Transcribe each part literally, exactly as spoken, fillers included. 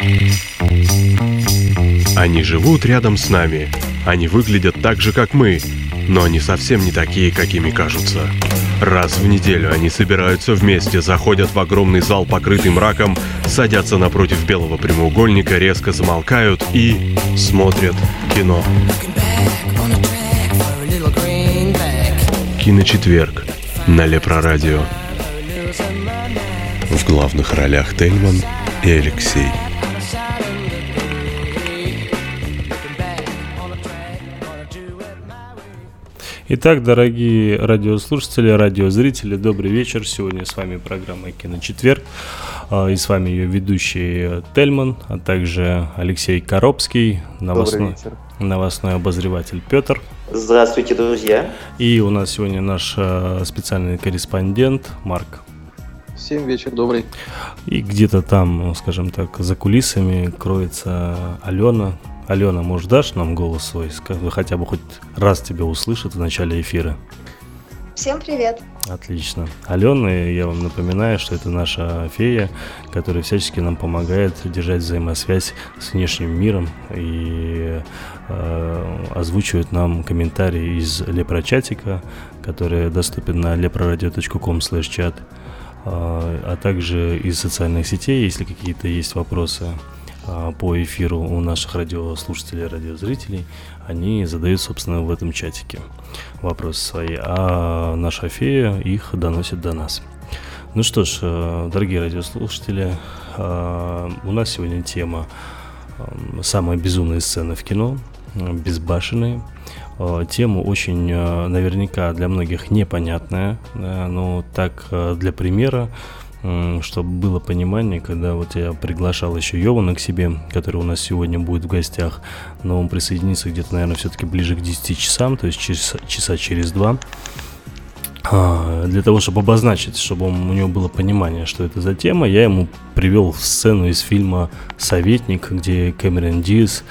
Они живут рядом с нами. Они выглядят так же, как мы, но они совсем не такие, какими кажутся. Раз в неделю они собираются вместе, заходят в огромный зал, покрытый мраком, садятся напротив белого прямоугольника, резко замолкают и смотрят кино. Киночетверг на Лепрорадио. В главных ролях Тельман и Алексей. Итак, дорогие радиослушатели, радиозрители, добрый вечер. Сегодня с вами программа «Киночетверг». И с вами ее ведущий Тельман, а также Алексей Коробский, новостной, новостной обозреватель Петр. Здравствуйте, друзья. И у нас сегодня наш специальный корреспондент Марк. Всем вечер добрый. И где-то там, скажем так, за кулисами кроется Алена. Алена, может, дашь нам голос свой? Хотя бы хоть раз тебя услышат в начале эфира. Всем привет. Отлично. Алена, я вам напоминаю, что это наша фея, которая всячески нам помогает держать взаимосвязь с внешним миром и э, озвучивает нам комментарии из лепрочатика, который доступен на лепрорадио точка ком слэш чат, э, а также из социальных сетей, если какие-то есть вопросы по эфиру у наших радиослушателей, радиозрителей, они задают, собственно, в этом чатике вопросы свои, а наша фея их доносит до нас. Ну что ж, дорогие радиослушатели, у нас сегодня тема «Самые безумные сцены в кино», «Безбашенные». Тема очень, наверняка, для многих непонятная, но так, для примера, чтобы было понимание, когда вот я приглашал еще Йована к себе, который у нас сегодня будет в гостях, но он присоединится где-то, наверное, все-таки ближе к десяти часам, то есть через, часа через два, для того, чтобы обозначить, чтобы он, у него было понимание, что это за тема, я ему привел сцену из фильма «Советник», где Кэмерон Диаз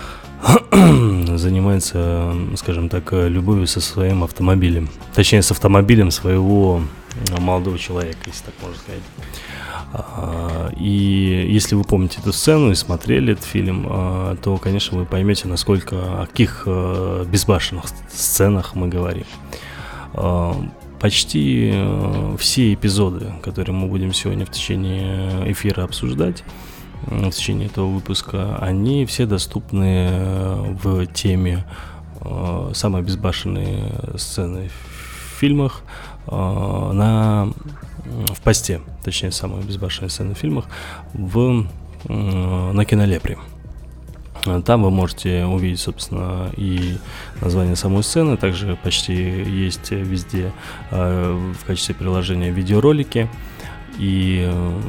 занимается, скажем так, любовью со своим автомобилем, точнее, с автомобилем своего молодого человека, если так можно сказать. И если вы помните эту сцену и смотрели этот фильм, то, конечно, вы поймете, насколько, о каких безбашенных сценах мы говорим. Почти все эпизоды, которые мы будем сегодня в течение эфира обсуждать, в течение этого выпуска, они все доступны в теме «Самые безбашенные сцены в фильмах» на, в посте, точнее, самые безбашенные сцены в фильмах в, на Кинолепре. Там вы можете увидеть, собственно, и название самой сцены, также почти есть везде в качестве приложения видеоролики и,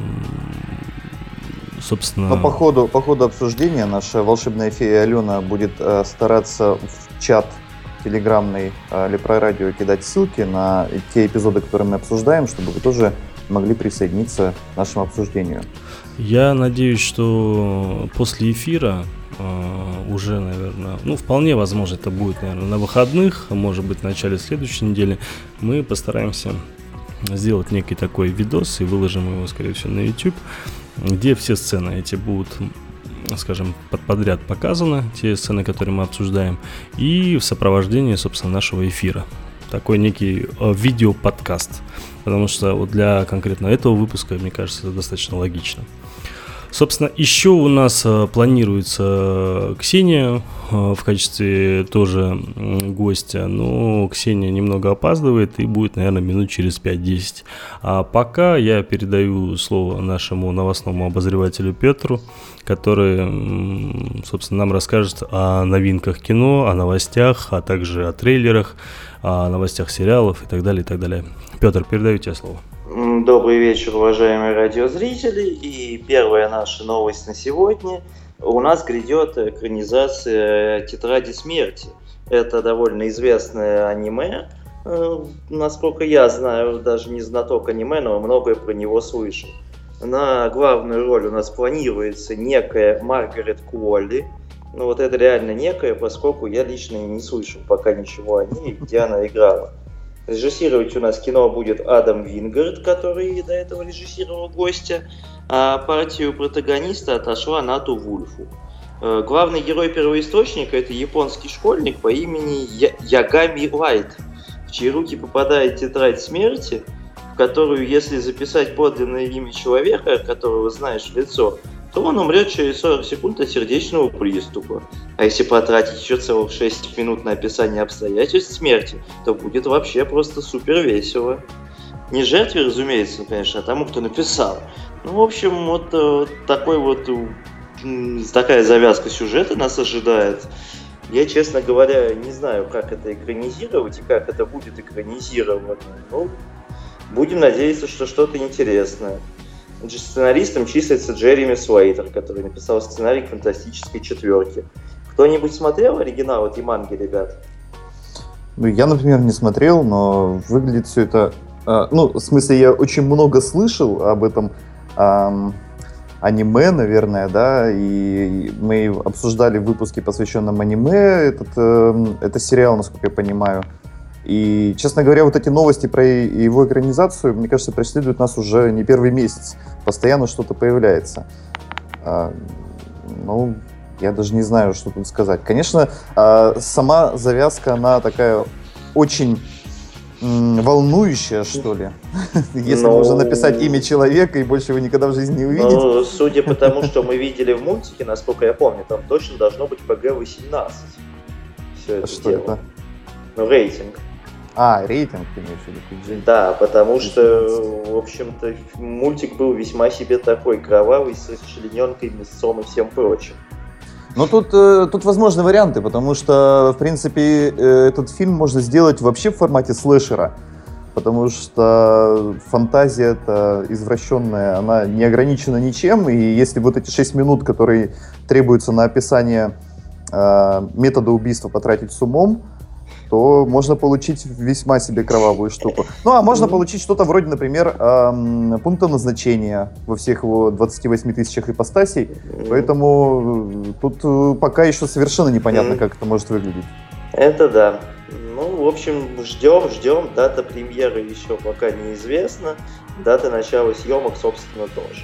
собственно... Но по ходу, по ходу обсуждения наша волшебная фея Алена будет э, стараться в чат телеграмный э, Лепрорадио кидать ссылки на те эпизоды, которые мы обсуждаем, чтобы вы тоже могли присоединиться к нашему обсуждению. Я надеюсь, что после эфира э, уже, наверное, ну, вполне возможно, это будет, наверное, на выходных, может быть, в начале следующей недели, мы постараемся сделать некий такой видос и выложим его, скорее всего, на YouTube, где все сцены эти будут, скажем, подряд показаны, те сцены, которые мы обсуждаем, и в сопровождении, собственно, нашего эфира. Такой некий э, видеоподкаст, потому что вот для конкретно этого выпуска, мне кажется, это достаточно логично. Собственно, еще у нас э, планируется Ксения э, в качестве тоже э, гостя, но Ксения немного опаздывает и будет, наверное, минут через пять-десять. А пока я передаю слово нашему новостному обозревателю Петру, который, э, собственно, нам расскажет о новинках кино, о новостях, а также о трейлерах, о новостях сериалов и так далее, и так далее. Петр, передаю тебе слово. Добрый вечер, уважаемые радиозрители. И первая наша новость на сегодня. У нас грядет экранизация «Тетради смерти». Это довольно известное аниме. Насколько я знаю, даже не знаток аниме, но многое про него слышал. На главную роль у нас планируется некая Маргарет Куолли. Ну вот это реально некая, поскольку я лично не слышал пока ничего о ней, где она играла. Режиссировать у нас кино будет Адам Вингард, который до этого режиссировал «Гостя». а партию протагониста отошла Нату Вульфу. Главный герой первоисточника – это японский школьник по имени Я- Ягами Лайт, в чьи руки попадает тетрадь смерти, в которую, если записать подлинное имя человека, которого знаешь в лицо, то он умрет через сорок секунд от сердечного приступа. А если потратить еще целых шесть минут на описание обстоятельств смерти, то будет вообще просто супер весело. Не жертве, разумеется, конечно, а тому, кто написал. Ну, в общем, вот э, такой вот, э, такая завязка сюжета нас ожидает. Я, честно говоря, не знаю, как это экранизировать и как это будет экранизировано. Ну, будем надеяться, что что-то интересное. Сценаристом числится Джереми Слейтер, который написал сценарий к «Фантастической четверке». Кто-нибудь смотрел оригинал этой манги, ребят? Ну, я, например, не смотрел, но выглядит все это... Э, ну, в смысле, я очень много слышал об этом э, аниме, наверное, да, и мы обсуждали в выпуске, посвященном аниме, этот, э, это сериал, насколько я понимаю. И, честно говоря, вот эти новости про его экранизацию, мне кажется, преследуют нас уже не первый месяц. Постоянно что-то появляется. А, ну, я даже не знаю, что тут сказать. Конечно, а, сама завязка, она такая очень м, волнующая, что ли. Если Но... можно написать имя человека и больше его никогда в жизни не увидеть. Ну, судя по тому, что мы видели в мультике, насколько я помню, там точно должно быть пэ гэ восемнадцать. Все это Что дело. это? Ну, рейтинг. А, рейтинг, ты имеешь в виду, пи джи. Да, потому что, в общем-то, мультик был весьма себе такой кровавый, с расчлененкой, мясцом и всем прочим. Ну, тут, э, тут возможны варианты, потому что, в принципе, э, этот фильм можно сделать вообще в формате слэшера, потому что фантазия-то извращенная, она не ограничена ничем, и если вот эти шесть минут, которые требуются на описание э, метода убийства, потратить с умом, то можно получить весьма себе кровавую штуку. Ну, а можно получить что-то вроде, например, эм, пункта назначения во всех его двадцати восьми тысячах ипостасей. Поэтому тут пока еще совершенно непонятно, как это может выглядеть. Это да. Ну, в общем, ждем, ждем. Дата премьеры еще пока неизвестна. Дата начала съемок, собственно, тоже.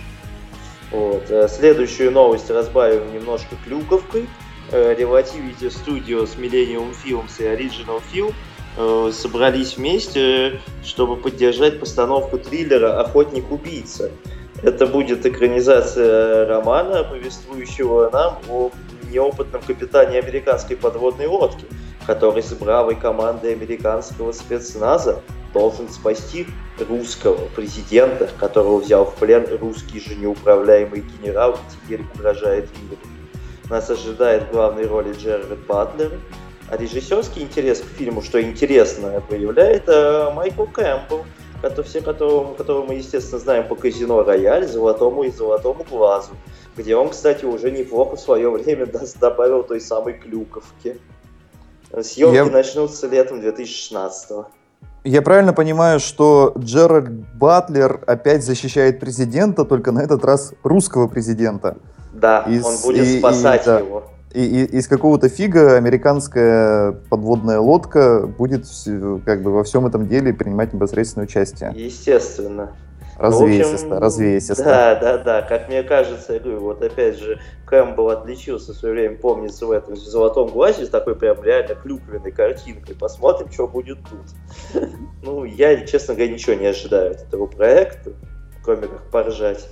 Вот. Следующую новость разбавим немножко клюковкой. Relativity Studios, Millennium Films и Original Film э, собрались вместе, чтобы поддержать постановку триллера «Охотник-убийца». Это будет экранизация романа, повествующего нам о неопытном капитане американской подводной лодки, который с бравой командой американского спецназа должен спасти русского президента, которого взял в плен русский же неуправляемый генерал и теперь угрожает миру. Нас ожидает в главной роли Джерард Батлер, а режиссерский интерес к фильму, что интересно, проявляет э, Майкл Кэмпбелл, который, все которого, которого мы, естественно, знаем по «Казино Рояль», «Золотому» и «Золотому глазу», где он, кстати, уже неплохо в свое время добавил той самой клюковки. Съемки Я... начнутся летом две тысячи шестнадцатого. Я правильно понимаю, что Джерард Батлер опять защищает президента, только на этот раз русского президента? Да, из, он будет и, спасать и, да, его. И, и из какого-то фига американская подводная лодка будет как бы во всем этом деле принимать непосредственное участие. Естественно. Развесисто, ну, развесисто. Да, да, да. Как мне кажется, я говорю, вот опять же, Кэмпбелл отличился в свое время, помнится, в этом в «Золотом глазе» с такой прям реально клюквенной картинкой. Посмотрим, что будет тут. Ну, я, честно говоря, ничего не ожидаю от этого проекта, кроме как поржать.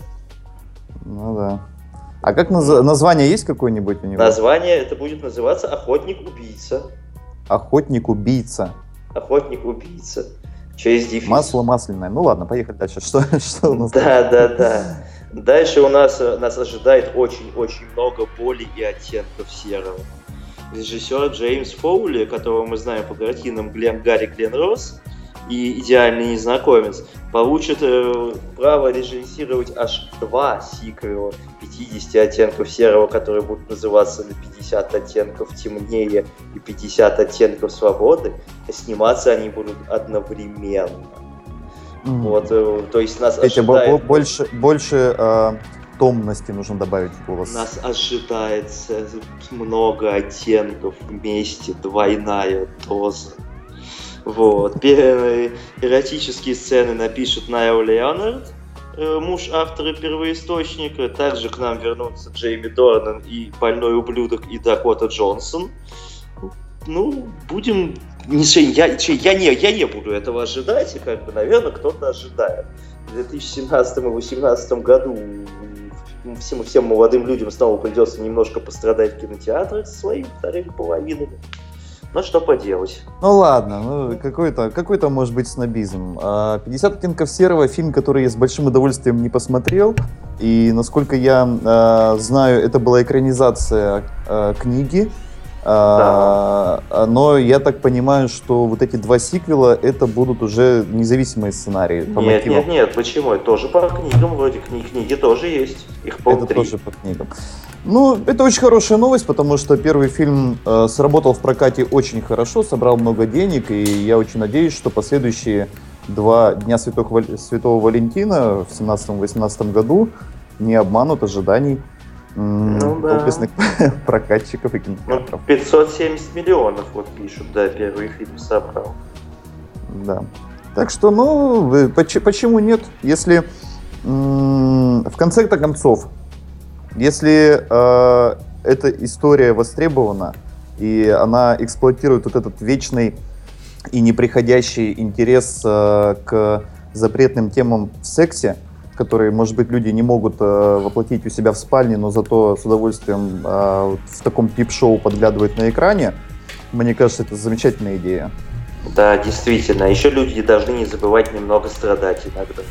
Ну да. А как наз... название есть какое-нибудь у него? Название это будет называться «Охотник-убийца». Охотник-убийца. Охотник-убийца. Через дефис. Масло масляное. Ну ладно, поехали дальше. Что, что у нас? Да, да, да. Дальше у нас нас ожидает очень-очень много боли и оттенков серого. Режиссер Джеймс Фоули, которого мы знаем по картинам Глен Гарри Глен Росс и «Идеальный незнакомец», получит э, право режиссировать аж два сиквела пятидесяти оттенков серого, которые будут называться на пятьдесят оттенков темнее и пятьдесят оттенков свободы, а сниматься они будут одновременно. Mm. Вот, э, то есть нас Эти ожидает... Больше, больше э, томности нужно добавить в голос. Нас ожидает много оттенков вместе, двойная доза. Вот. Эротические сцены напишет Найл Леонард, муж автора первоисточника. Также к нам вернутся Джейми Дорнан и больной ублюдок и Дакота Джонсон. Ну, будем... Я, я, не, я не буду этого ожидать, и, как бы, наверное, кто-то ожидает. В две тысячи семнадцатом и две тысячи восемнадцатом году всем, всем молодым людям снова придется немножко пострадать в кинотеатрах со своими вторыми половинами. Ну, что поделать. Ну, ладно, ну, какой-то, какой-то, может быть, снобизм. «пятьдесят оттенков серого» — фильм, который я с большим удовольствием не посмотрел. И, насколько я э, знаю, это была экранизация э, книги. Да. А, но я так понимаю, что вот эти два сиквела — это будут уже независимые сценарии. По нет, мотивам. нет, нет, почему? Это тоже по книгам, вроде книги, книги тоже есть. Их это тоже по книгам. Ну, это очень хорошая новость, потому что первый фильм э, сработал в прокате очень хорошо, собрал много денег, и я очень надеюсь, что последующие два Дня Святого, Святого Валентина в семнадцатом-восемнадцатом году не обманут ожиданий ну, доблестных да. прокатчиков и кинотеатров. Ну, пятьсот семьдесят миллионов, вот пишут, да, первый фильм собрал. Да. Так что, ну, почему нет? Если м- в конце-то концов, если э, эта история востребована, и она эксплуатирует вот этот вечный и неприходящий интерес э, к запретным темам в сексе, которые, может быть, люди не могут э, воплотить у себя в спальне, но зато с удовольствием э, в таком пип-шоу подглядывают на экране, мне кажется, это замечательная идея. Да, действительно. Еще люди должны не забывать немного страдать иногда.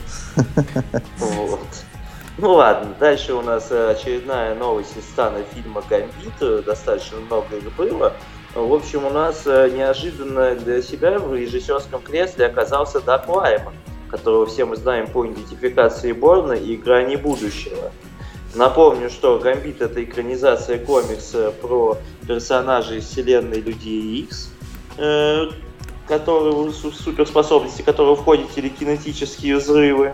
Вот. Ну ладно, дальше у нас очередная новость из стана фильма «Гамбит». Достаточно много их было. В общем, у нас неожиданно для себя в режиссерском кресле оказался Даг Лайман, которого все мы знаем по идентификации Борна и «Грани будущего». Напомню, что «Гамбит» — это экранизация комикса про персонажей из вселенной Людей Икс, э, которые, суперспособности которого входят телекинетические взрывы.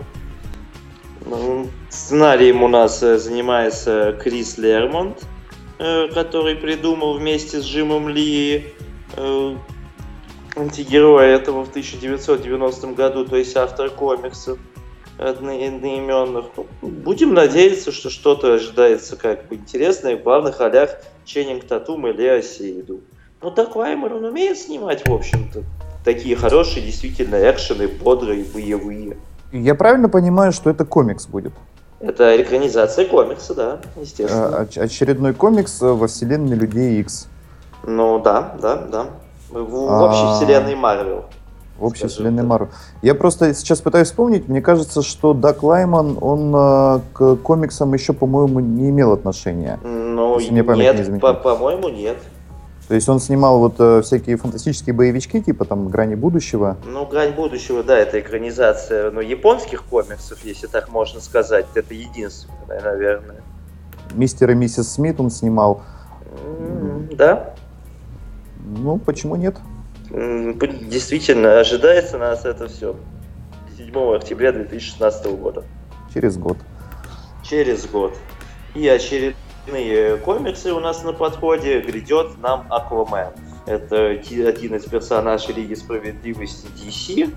Сценарием у нас занимается Крис Лермонт, э, который придумал вместе с Джимом Ли э, антигероя этого в тысяча девятьсот девяностом году, то есть автор комиксов одноименных. Будем надеяться, что что-то ожидается как бы интересное в главных ролях Ченнинг Татум и Лео Сейду. Ну, так Лайман, он умеет снимать, в общем-то, такие хорошие, действительно, экшены, бодрые, боевые. Я правильно понимаю, что это комикс будет? Это экранизация комикса, да, естественно. А, очередной комикс во вселенной Людей Икс. Ну, да, да, да. В, в общей вселенной Марвел. В общей вселенной Марвел. Я просто сейчас пытаюсь вспомнить, мне кажется, что Даг Лайман, он э, к комиксам еще, по-моему, не имел отношения. Ну, нет, не по- по-моему, нет. То есть он снимал вот э, всякие фантастические боевички, типа там «Грани будущего». Ну, «Грань будущего», да, это экранизация, ну, японских комиксов, если так можно сказать. Это единственное, наверное. «Мистер и миссис Смит» он снимал. Mm-hmm, да. Ну, почему нет? Действительно, ожидается нас это все седьмого октября две тысячи шестнадцатого года. Через год. Через год. И очередные комиксы у нас на подходе. Грядет нам Аквамен. Это один из персонажей Лиги Справедливости ди си.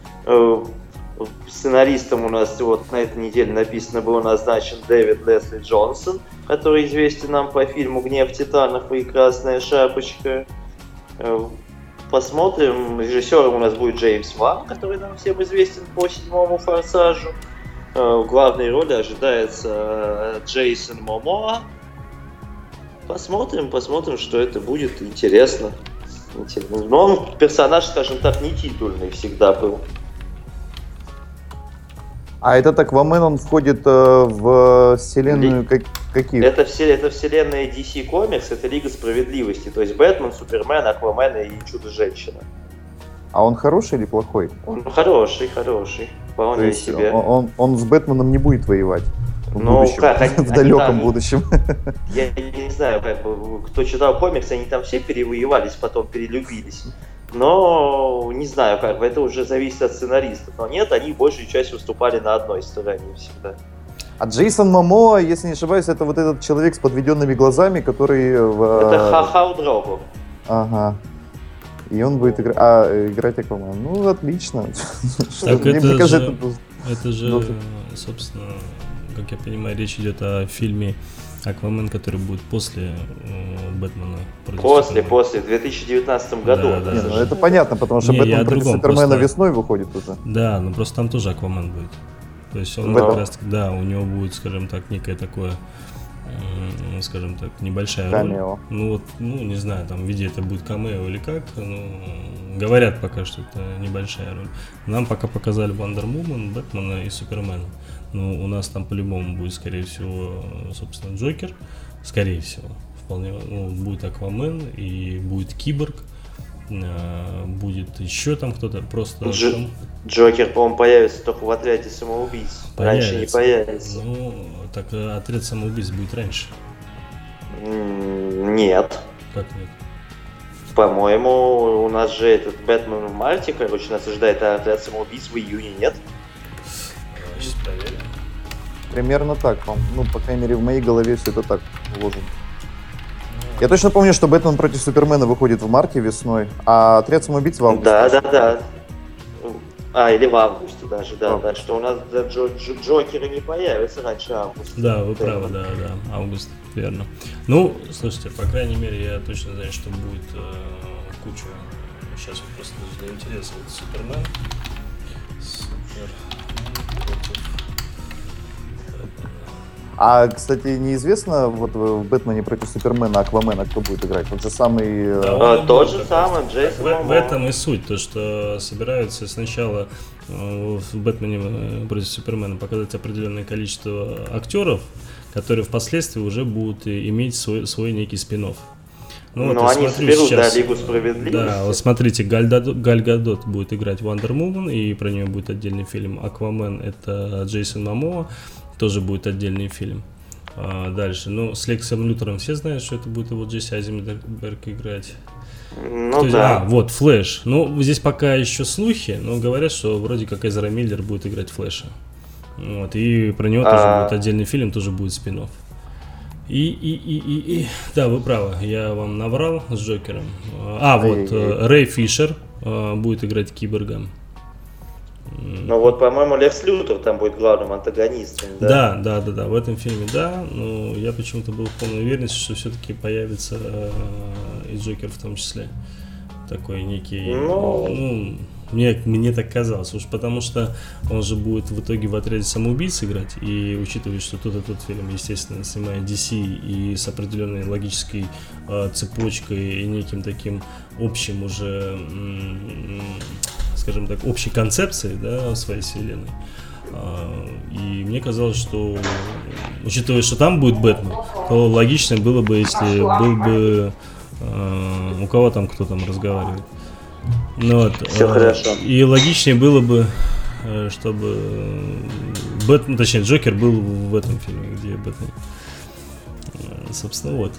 Сценаристом у нас вот на этой неделе написано был назначен Дэвид Лесли Джонсон, который известен нам по фильму «Гнев титанов» и «Красная шапочка». Посмотрим. Режиссером у нас будет Джеймс Ван, который нам всем известен по седьмому «Форсажу». В главной роли ожидается Джейсон Момоа. Посмотрим, посмотрим, что это будет. Интересно. Интересно. Но он персонаж, скажем так, не титульный всегда был. А этот Аквамен, он входит э, в вселенную как, каких? Это, все, это вселенная ди си Comics, это Лига Справедливости. То есть Бэтмен, Супермен, Аквамен и Чудо-женщина. А он хороший или плохой? Он хороший, хороший. Вполне себе. Он, он, он с Бэтменом не будет воевать. В ну, будущем, как, они, в далеком они там, будущем. Я, я не знаю, как бы, кто читал комиксы, они там все перевоевались, потом перелюбились. Но не знаю, как бы это уже зависит от сценаристов. Но нет, они большую часть выступали на одной стороне всегда. А Джейсон Момоа, если не ошибаюсь, это вот этот человек с подведенными глазами, который... В... Это Ха-Хау Дрогу. Ага. И он будет игра... а, играть Аквамена. Ну, отлично. Так это, мне, мне кажется, же, это... Это же, Ну, собственно, как я понимаю, речь идет о фильме «Аквамен», который будет после э, «Бэтмена против После, Супермена». после, в две тысячи девятнадцатом году. Да, да, Не, да. ну это понятно, потому что Не, я Бэтмен о против другом, Супермена просто- весной выходит уже. Да, но просто там тоже Аквамен будет. То есть он В как этом? раз, да, у него будет, скажем так, некое такое, м, скажем так, небольшая роль. Камео. Ну вот, ну не знаю, там в виде это будет камео или как, ну, говорят пока, что это небольшая роль. Нам пока показали Wonder Woman, Бэтмена и Супермена. Ну, у нас там по-любому будет, скорее всего, собственно, Джокер, скорее всего, вполне, ну, будет Аквамен и будет Киборг, а, будет еще там кто-то, просто... Дж- там Джокер, по-моему, появится только в отряде самоубийц. Раньше не появится. Ну, так э, отряд самоубийц будет раньше. М, Нет. Как нет? По-моему, у нас же этот Бэтмен в марте, короче, нас ожидает отряд самоубийц в июне, нет? Сейчас проверим. Примерно так, по- ну, по крайней мере, в моей голове все это так уложено. Я точно помню, что Бэтмен против Супермена выходит в марте весной, а Отряд самоубийц в августе. Да, да, да. А, или в августе даже, да, Август. так что у нас да, Джо- Джо- Джокеры не появятся раньше августа. Да, вы правы, да, да, август, верно. Ну, слушайте, по крайней мере, я точно знаю, что будет э, куча. Сейчас вот просто для интереса. Вот Супермен. Супермен против Бэтмена. А, кстати, неизвестно, вот в Бэтмене против Супермена Аквамена кто будет играть? Тот же самый... э, Да, А, он тот будет же как самый раз. Джейсон В, в Момоа. этом и суть, то что собираются сначала э, в Бэтмене э, против Супермена показать определенное количество актеров, которые впоследствии уже будут и- иметь свой, свой некий спин-офф. Ну, я они смотрю соберут, сейчас, да, Лигу Справедливости. Да, вот смотрите, Галь Гадот, Галь Гадот будет играть Wonder Woman, и про нее будет отдельный фильм. Аквамен — это Джейсон Момоа, тоже будет отдельный фильм. А, дальше, ну, с Лексом Лютером все знают, что это будет его Джесси Айзенберг играть. Ну То есть, да. а, вот, Флэш. Ну, здесь пока еще слухи, но говорят, что вроде как Эзра Миллер будет играть Флэша. Вот, и про него тоже А. будет отдельный фильм, тоже будет спин-офф. И, и, и, и, и, да, вы правы, я вам наврал с Джокером. А, вот, Ай-яй-яй. э, Рэй Фишер э, будет играть Киборга. Ну вот, по-моему, Лекс Лютер там будет главным антагонистом, да? Да, да, да, да, в этом фильме, да, но я почему-то был в полной уверенности, что все-таки появится э, и Джокер в том числе. Такой некий, Ну. ну, мне, мне так казалось, уж потому что он же будет в итоге в отряде самоубийц играть, и учитывая, что тот и тот фильм, естественно, снимает ди си и с определенной логической э, цепочкой и неким таким общим уже, м, скажем так, общей концепцией, да, своей вселенной. А, И мне казалось, что, учитывая, что там будет Бэтмен, то логично было бы, если был бы... э, У кого там кто там разговаривает? Ну, вот, Всё э, хорошо. И логичнее было бы, э, чтобы Бэтмен, точнее, Джокер был в этом фильме, где Бэтмен. Э, Собственно, вот.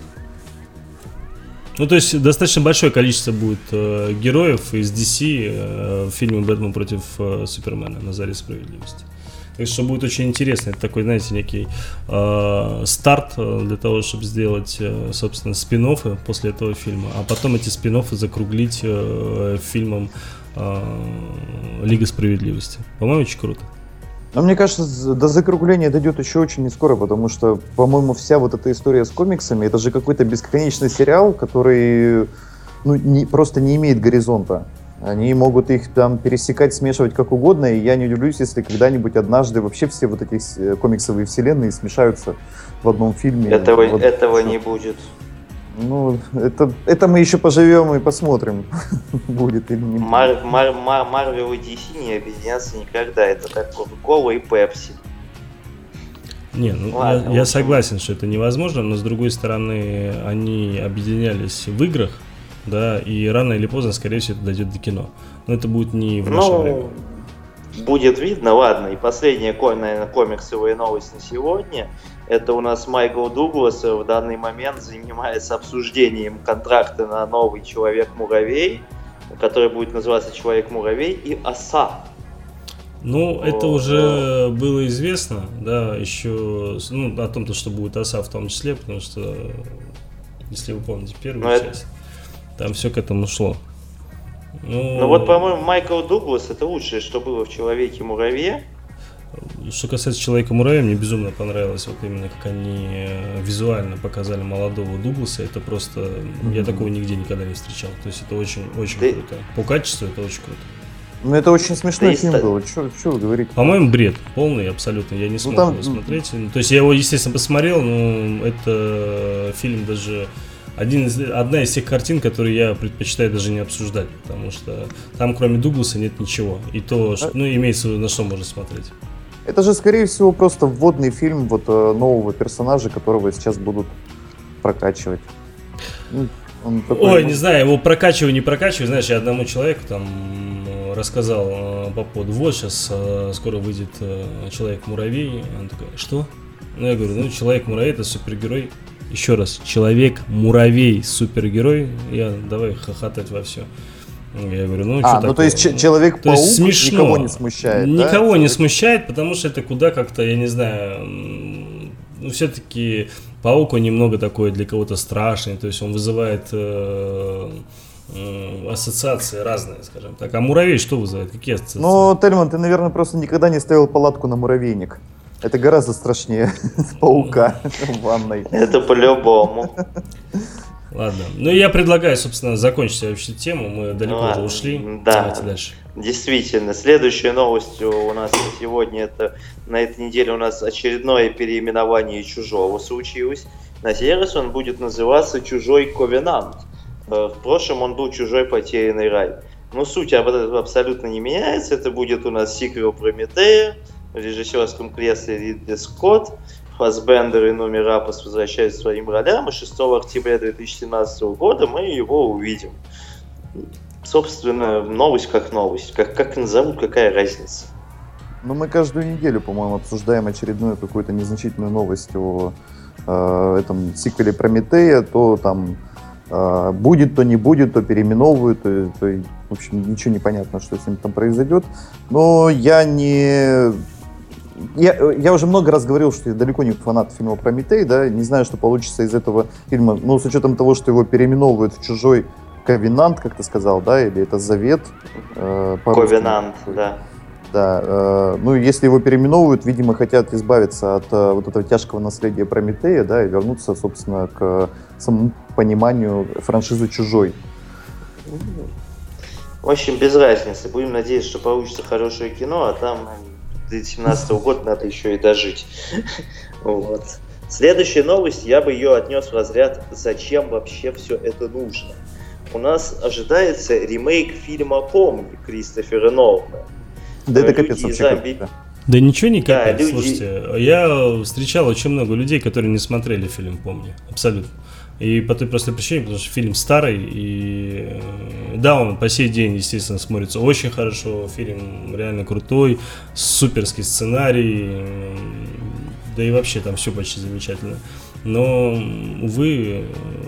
Ну, то есть, достаточно большое количество будет э, героев из ди си э, в фильме «Бэтмен против э, Супермена» на заре справедливости. Так что будет очень интересно. Это такой, знаете, некий э, старт э, для того, чтобы сделать, э, собственно, спин-оффы после этого фильма, а потом эти спин-оффы закруглить э, фильмом э, «Лига справедливости». По-моему, очень круто. Но мне кажется, з- до закругления дойдет еще очень не скоро, потому что, по-моему, вся вот эта история с комиксами, это же какой-то бесконечный сериал, который ну, не, просто не имеет горизонта. Они могут их там пересекать, смешивать как угодно, и я не удивлюсь, если когда-нибудь однажды вообще все вот эти с- комиксовые вселенные смешаются в одном фильме. Этого, Вот этого всё. не будет. Ну, это, это мы еще поживем и посмотрим, будет или не будет. Мар- Мар- Мар- Марвел и ди си не объединятся никогда. Это как Кока-Кола и Пепси. Не, ну Ладно, я, в я общем. согласен, что это невозможно, но с другой стороны, они объединялись в играх, да, и рано или поздно, скорее всего, это дойдет до кино. Но это будет не в наше время. Ну, будет видно, ладно. И последняя, ко- наверное, комиксовая новость на сегодня. Это у нас Майкл Дуглас в данный момент занимается обсуждением контракта на новый Человек-муравей, который будет называться Человек-муравей и Оса. Ну, это О, уже было известно, да, еще, с- ну, о том, то, что будет Оса в том числе, потому что, если вы помните первую Ну, это- часть, там все к этому шло. Ну, Ну вот, по-моему, Майкл Дуглас — это лучшее, что было в Человеке-муравье. Что касается Человека-муравья, мне безумно понравилось вот именно, как они визуально показали молодого Дугласа. Это просто... Mm-hmm. Я такого нигде никогда не встречал. То есть это очень-очень Ты... круто. По качеству это очень круто. Ну, это очень смешной Ты фильм ста... был. Что вы говорите? По-моему, бред полный абсолютно. Я не смог ну, там... его смотреть. То есть я его, естественно, посмотрел, но это фильм даже... Один из, одна из тех картин, которые я предпочитаю даже не обсуждать, потому что там кроме Дугласа нет ничего. И то, что, ну, имеется в виду, на что можно смотреть. Это же, скорее всего, просто вводный фильм вот нового персонажа, которого сейчас будут прокачивать. Он такой... Ой, не знаю, его прокачиваю, не прокачиваю. Знаешь, я одному человеку там рассказал по поводу, вот сейчас скоро выйдет Человек-муравей. Он такой, что? Ну, я говорю, ну, Человек-муравей — это супергерой. Еще раз, Человек-муравей, супергерой. Я давай хохотать во все. Я говорю, ну, а, ну то есть ч- Человек-паук то есть смешно. Никого не смущает, Никого да? не смущает, потому что это куда как-то, я не знаю, ну, все-таки паук, он немного такой для кого-то страшный, то есть он вызывает э, э, ассоциации разные, скажем так. А муравей что вызывает? Какие ассоциации? Ну, Тельман, ты, наверное, просто никогда не ставил палатку на муравейник. Это гораздо страшнее паука в ванной. Это по-любому. Ладно. Ну, я предлагаю, собственно, закончить вообще тему. Мы далеко Ладно. уже ушли. Да. Давайте дальше. Действительно. Следующая новость у нас сегодня, это на этой неделе у нас очередное переименование «Чужого» случилось. На сей раз он будет называться «Чужой Ковенант». В прошлом он был «Чужой Потерянный рай». Но суть об этом абсолютно не меняется. Это будет у нас сиквел «Прометея». В режиссерском кресле Ридли Скотт. Фассбендер и Номи Рапос возвращаются к своим ролям, и шестого октября две тысячи семнадцатого года мы его увидим. Собственно, новость как новость. Как, как назовут, какая разница? Ну, мы каждую неделю, по-моему, обсуждаем очередную какую-то незначительную новость о э, этом сиквеле Прометея. То там э, будет, то не будет, то переименовывают, то, то, в общем, ничего не понятно, что с ним там произойдет. Но я не... Я, я уже много раз говорил, что я далеко не фанат фильма «Прометей», да, не знаю, что получится из этого фильма, но с учетом того, что его переименовывают в «Чужой Ковенант», как ты сказал, да, или это «Завет». Э, Ковенант, да. Да, э, ну, если его переименовывают, видимо, хотят избавиться от э, вот этого тяжкого наследия Прометея, да, и вернуться, собственно, к самому пониманию франшизы «Чужой». В общем, без разницы. Будем надеяться, что получится хорошее кино, а там... две тысячи семнадцатого года надо еще и дожить. Вот. Следующая новость, я бы ее отнес в разряд «Зачем вообще все это нужно?». У нас ожидается ремейк фильма «Помни» Кристофера Нолана. Да это капец вообще. Зомби... Да ничего не капец, да, люди... слушайте. Я встречал очень много людей, которые не смотрели фильм «Помни». Абсолютно. И по той простой причине, потому что фильм старый, и да, он по сей день, естественно, смотрится очень хорошо, фильм реально крутой, суперский сценарий, да и вообще там все почти замечательно. Но, увы,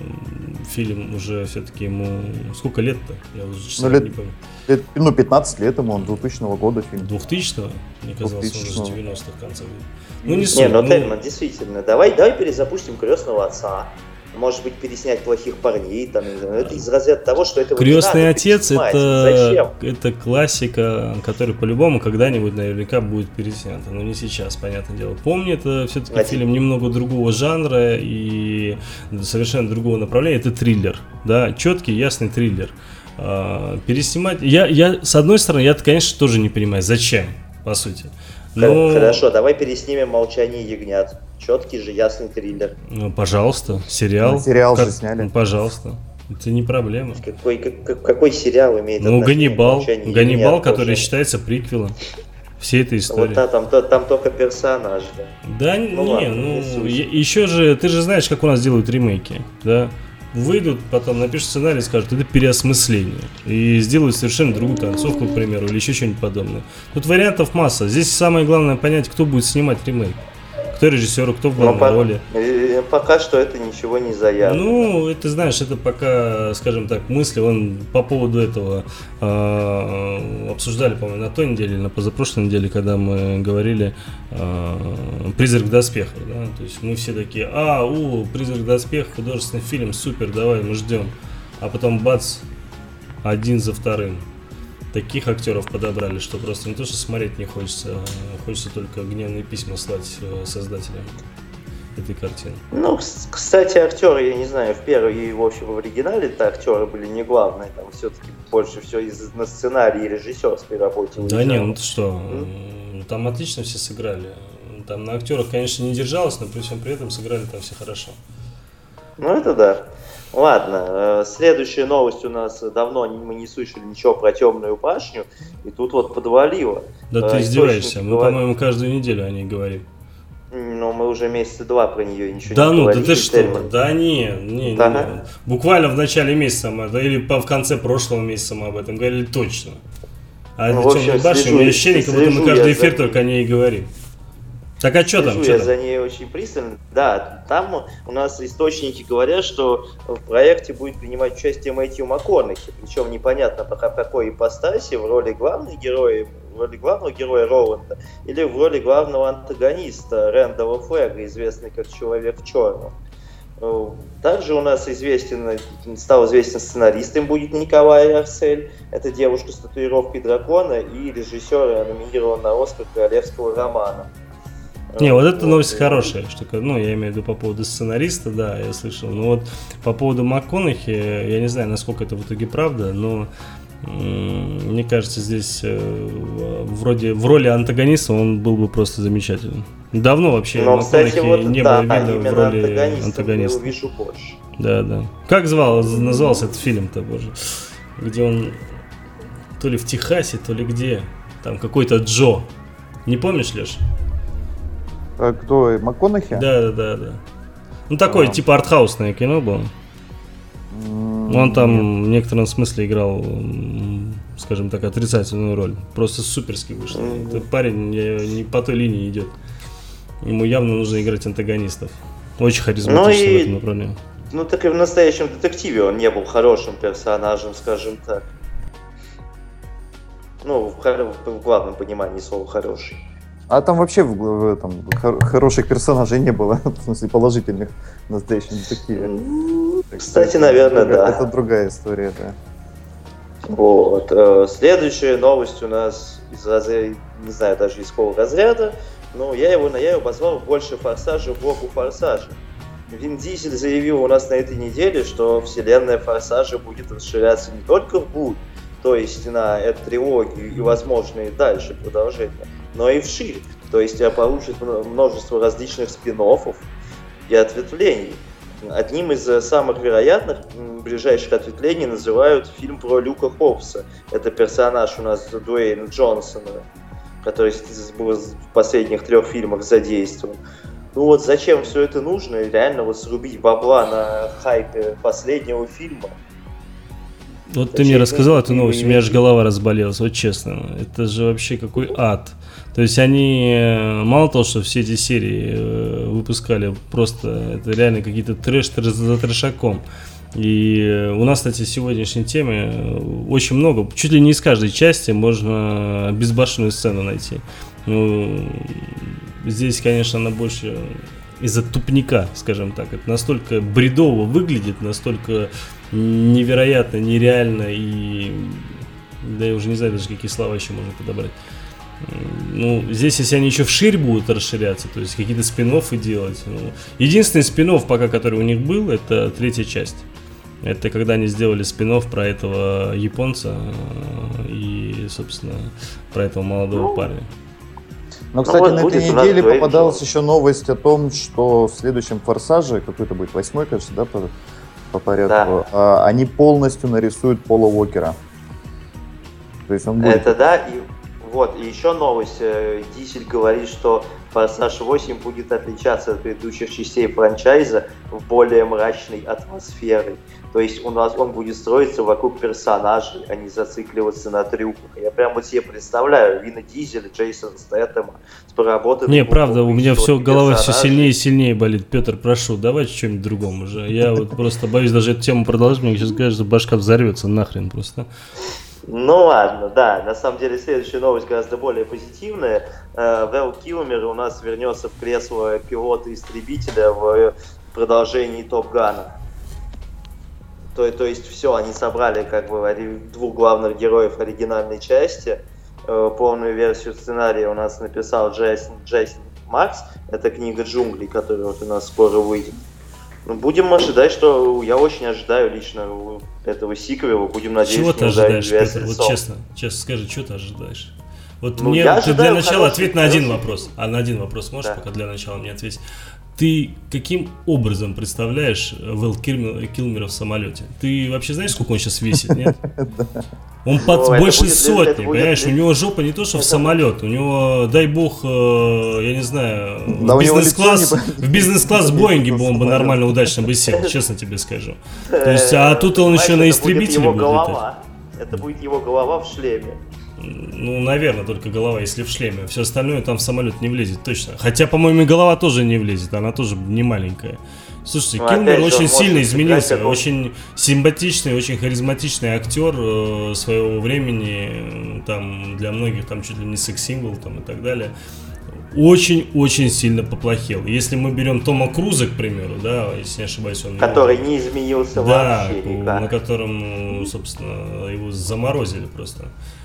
фильм уже все-таки ему... Сколько лет-то? Я уже честно ну, лет, не помню. Лет, ну, пятнадцать лет ему, он двухтысячного года фильм. двухтысячного? Мне казалось, он уже с девяностых концов. Ну, не суть. Не, ну, Тельман, ну... действительно, давай, давай перезапустим «Крестного отца». Может быть, переснять «Плохих парней», там, это из разряда того, что это «Крестный отец» это, это классика, которая по-любому когда-нибудь наверняка будет переснята, но не сейчас, понятное дело. «Помни» это все-таки а фильм немного другого жанра и совершенно другого направления, это триллер, да, четкий, ясный триллер. Переснимать, я, я, с одной стороны, я, конечно, тоже не понимаю, зачем, по сути. Но... Хорошо, давай переснимем «Молчание ягнят». Четкий же, ясный триллер. Ну, пожалуйста, сериал. Ну, сериал как... же сняли. Ну, пожалуйста. Это не проблема. Какой, как, какой сериал имеет ну, отношение Ганнибал. к «Молчанию Ганнибал, ягнят», который тоже... считается приквелом всей этой истории. Вот да, там, там, там только персонаж, да. Да, ну, не, ладно, ну, еще же, ты же знаешь, как у нас делают ремейки, да? Выйдут, потом напишут сценарий и скажут, это переосмысление. И сделают совершенно другую концовку, к примеру, или еще что-нибудь подобное. Тут вариантов масса. Здесь самое главное понять, кто будет снимать ремейк. Кто режиссер, кто в главной по- роли. Пока что это ничего не заявлено. Ну, это, знаешь, это пока, скажем так, мысли. Вон по поводу этого э, обсуждали, по-моему, на той неделе или на позапрошлой неделе, когда мы говорили э, «Призрак в доспехах». Да? То есть мы все такие, а, у, «Призрак в доспехах», художественный фильм, супер, давай, мы ждем. А потом бац, один за вторым. таких актеров подобрали, что просто не то, что смотреть не хочется, а хочется только гневные письма слать создателям этой картины. Ну, кстати, актеры, я не знаю, в первой и, в общем, в оригинале-то актеры были не главные, там все-таки больше всего из на сценарии и режиссерской работе. Да не, ну ты что, mm? там отлично все сыграли. Там на актерах, конечно, не держалось, но при всем при этом сыграли там все хорошо. Ну это да. Ладно, следующая новость у нас. Давно мы не слышали ничего про Темную башню, и тут вот подвалило. Да ты издеваешься, мы, говорят... по-моему, каждую неделю о ней говорим. Ну, мы уже месяца два про нее ничего да не ну, говорили. Да ты что? Тельман. Да не, не, да. не. Буквально в начале месяца мы, да, или в конце прошлого месяца мы об этом говорили точно. А ну, Темной башни, у меня ощущение, как будто мы каждый эфир за... только о ней и говорим. Так а что там? Я Что за ней очень пристально. Да, там у нас источники говорят, что в проекте будет принимать участие Мэтью МакКонахи, причем непонятно пока в какой ипостаси, в роли главного героя, в роли главного героя Роланда или в роли главного антагониста Рэндала Флэга, известный как Человек в черном. Также у нас известен, стал известен сценарист, им будет Николай Арсель, это девушка с татуировкой дракона и режиссер, номинирован на Оскар королевского романа. Не, вот эта новость хорошая штука. Ну, я имею в виду по поводу сценариста, да, я слышал. Но вот по поводу МакКонахи, я не знаю, насколько это в итоге правда, но м- мне кажется, здесь э, вроде в роли антагониста он был бы просто замечательным. Давно вообще но, МакКонахи кстати, вот, не да, было видно в роли антагониста. Вижу больше. Да, да. Как звал, назывался этот фильм-то, боже? Где он то ли в Техасе, то ли где. Там какой-то Джо. Не помнишь, Леш? А кто? МакКонахи? Да, да, да, да. Ну, такое, а. типа артхаусное кино было. Mm, Он там нет. в некотором смысле играл, скажем так, отрицательную роль. Просто суперски вышло. Mm-hmm. Этот парень не по той линии идет. Ему явно нужно играть антагонистов. Очень харизматичный ну и, в этом направлении. Ну, так и в настоящем детективе он не был хорошим персонажем, скажем так. Ну, в, в главном понимании слова «хороший». А там вообще в, в этом хороших персонажей не было, в смысле положительных в настоящем детективе. Кстати, так, наверное, это, да. Это другая история, да. Вот. Следующая новость у нас из разряда, не знаю даже из какого разряда, но я его, я его обозвал «Больше форсажа в блоку форсажа». Вин Дизель заявил у нас на этой неделе, что вселенная Форсажа будет расширяться не только вглубь, то есть на эту трилогию и возможные дальше продолжения, но и вширь, то есть получит множество различных спин-оффов и ответвлений. Одним из самых вероятных ближайших ответвлений называют фильм про Люка Хопса. Это персонаж у нас Дуэйна Джонсона, который был в последних трех фильмах задействован. Ну вот зачем все это нужно? Реально вот срубить бабла на хайпе последнего фильма. Вот ты мне рассказал эту новость, у меня аж голова разболелась, вот честно. Это же вообще какой ад. То есть они, мало того, что все эти серии выпускали, просто это реально какие-то трэш за трэшаком. И у нас, кстати, в сегодняшней теме очень много, чуть ли не из каждой части можно безбашенную сцену найти. Ну, здесь, конечно, она больше из-за тупника, скажем так. Это настолько бредово выглядит, настолько невероятно, нереально и... Да я уже не знаю даже, какие слова еще можно подобрать. Ну, здесь, если они еще вширь будут расширяться, то есть какие-то спин-оффы делать. Ну, единственный спин-офф пока, который у них был, это третья часть. Это когда они сделали спин-офф про этого японца и, собственно, про этого молодого парня. Но, кстати, ну, вот на этой неделе попадалась еще новость о том, что в следующем «Форсаже», какой-то будет восьмой, кажется, да, по, по порядку, да. а, они полностью нарисуют Пола Уокера. То есть он будет... Это да, и вот, и еще новость. Дизель говорит, что «Форсаж восемь» будет отличаться от предыдущих частей франчайза в более мрачной атмосферой. То есть у нас он будет строиться вокруг персонажей, а не зацикливаться на трюках. Я прям вот себе представляю Вина Дизеля, Джейсона Стэтэма с проработанным... Не, правда, у меня все, голова все сильнее и сильнее болит. Петр, прошу, давайте что-нибудь другому уже. Я вот просто боюсь даже эту тему продолжить, мне сейчас кажется, башка взорвется нахрен просто. Ну ладно, да, на самом деле следующая новость гораздо более позитивная. Вэл Килмер у нас вернется в кресло пилота-истребителя в продолжении Топ Гана. То, то есть все, они собрали как бы двух главных героев оригинальной части. Э, полную версию сценария у нас написал Джейсон, Джейсон Маркс. Это книга «Джунгли», которая вот у нас скоро выйдет. Ну, будем ожидать, что я очень ожидаю лично этого сиквела. Будем надеяться, чего ты ожидаешь, Петр? Вот лицом. честно, честно скажи, что ты ожидаешь? Вот ну, мне ты для начала ответь на один хороший... вопрос. А на один вопрос можешь да. пока для начала мне ответить? Ты каким образом представляешь Вэл Килмера в самолете? Ты вообще знаешь, сколько он сейчас весит, нет? Он под больше сотни, понимаешь? У него жопа не то, что в самолет. У него, дай бог, я не знаю, в бизнес-класс в бизнес-класс в Боинге бы он бы нормально, удачно бы сел, честно тебе скажу. То есть, а тут он еще на истребителе будет летать. Это будет его голова в шлеме. Ну, наверное, только голова, если в шлеме. Все остальное там в самолет не влезет, точно. Хотя, по-моему, и голова тоже не влезет, она тоже не маленькая. Слушайте, ну, Килмер очень сильно изменился, как очень симпатичный, очень харизматичный актер э, своего времени, там для многих там чуть ли не секс-символ там, и так далее. Очень-очень сильно поплохел. Если мы берем Тома Круза, к примеру, да, если не ошибаюсь, он... Который не изменился да, вообще никак. На котором, собственно, его заморозили просто.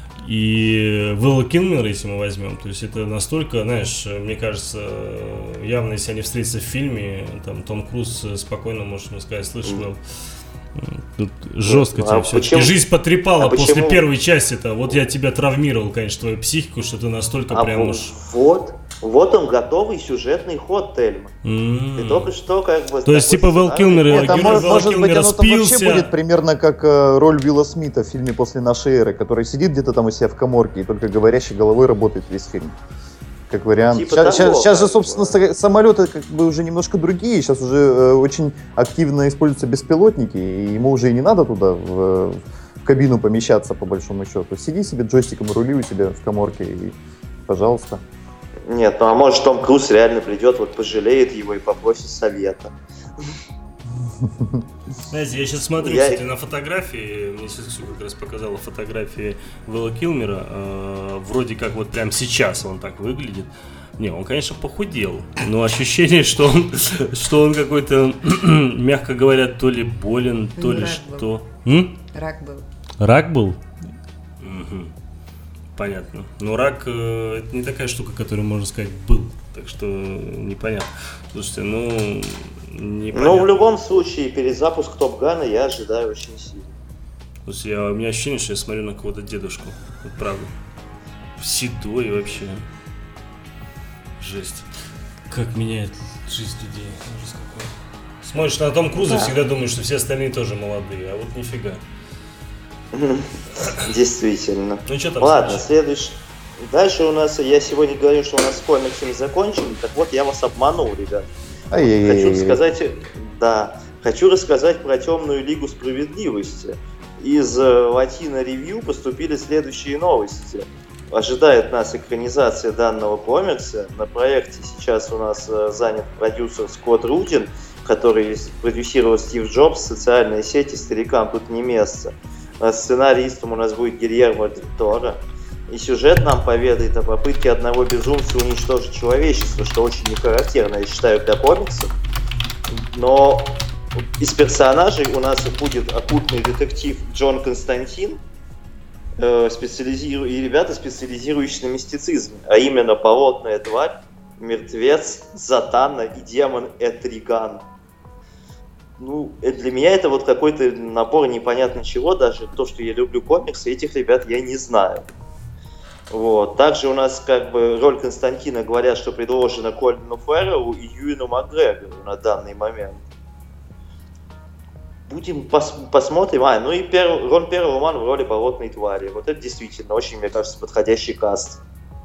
И Вэлла Килмера, если мы возьмем, то есть это настолько, знаешь, мне кажется, явно, если они встретятся в фильме, там Том Круз спокойно может ему сказать: слышь, Вэлл, тут жестко ну, тебе а все. Почему? Жизнь потрепала а после почему? Первой части-то. Вот я тебя травмировал, конечно, твою психику, что ты настолько а прям уж... Вот, вот он готовый сюжетный ход, Тельма. Mm. Ты только что как бы... То есть типа Вэл Килмер, Нет, а может, может быть, оно там спился. вообще будет примерно как э, роль Уилла Смита в фильме «После нашей эры», который сидит где-то там у себя в каморке и только говорящей головой работает весь фильм. Как вариант. Типа сейчас, того, сейчас, сейчас же, как собственно, самолеты как бы уже немножко другие. Сейчас уже э, очень активно используются беспилотники, и ему уже и не надо туда в, в кабину помещаться, по большому счету. Сиди себе джойстиком, рули у себя в каморке и, пожалуйста. Нет, ну а может Том Круз реально придет, вот пожалеет его и попросит совета. Знаете, я сейчас смотрю, я... кстати, на фотографии, мне сейчас Ксюша как раз показала фотографии Вэлла Килмера, э, вроде как вот прямо сейчас он так выглядит. Не, он, конечно, похудел, но ощущение, что он, что он какой-то, мягко говоря, то ли болен, то ли что. М? Рак был. Рак был? Угу. Понятно. Но рак э, это не такая штука, которую можно сказать был. Так что непонятно. Слушайте, ну непонятно. Ну, в любом случае, перезапуск Топ Гана я ожидаю очень сильно. Слушайте, я, у меня ощущение, что я смотрю на кого-то дедушку. Вот правда. Седой вообще. Жесть. Как меняет жизнь людей. Ужас какой. Смотришь на Том Круза, да. Всегда думаешь, что все остальные тоже молодые, а вот нифига. Действительно. Ну, что там ладно, следующий. Дальше у нас, я сегодня говорю, что у нас с комиксами закончили, так вот я вас обманул, ребят. Ай-яй-яй. Хочу рассказать, да, хочу рассказать про Темную Лигу Справедливости. Из Latino Review поступили следующие новости. Ожидает нас экранизация данного комикса. На проекте сейчас у нас занят продюсер Скотт Рудин, который продюсировал Стив Джобс, социальные сети, старикам тут не место. Сценаристом у нас будет Гильермо Дель Торо. И сюжет нам поведает о попытке одного безумца уничтожить человечество, что очень не характерно, я считаю, для комиксов. Но из персонажей у нас будет оккультный детектив Джон Константин э, специализиру... и ребята, специализирующиеся на мистицизме, а именно болотная тварь, мертвец, Затана и демон Этриган. Ну, для меня это вот какой-то набор непонятно чего, даже то, что я люблю комиксы, этих ребят я не знаю. Вот. Также у нас как бы роль Константина, говорят, что предложена Колину Ферреллу и Юэну Макгрегору на данный момент. Будем пос- посмотрим. А, ну и пер- Рон Перлман в роли болотной твари. Вот это действительно очень, мне кажется, подходящий каст.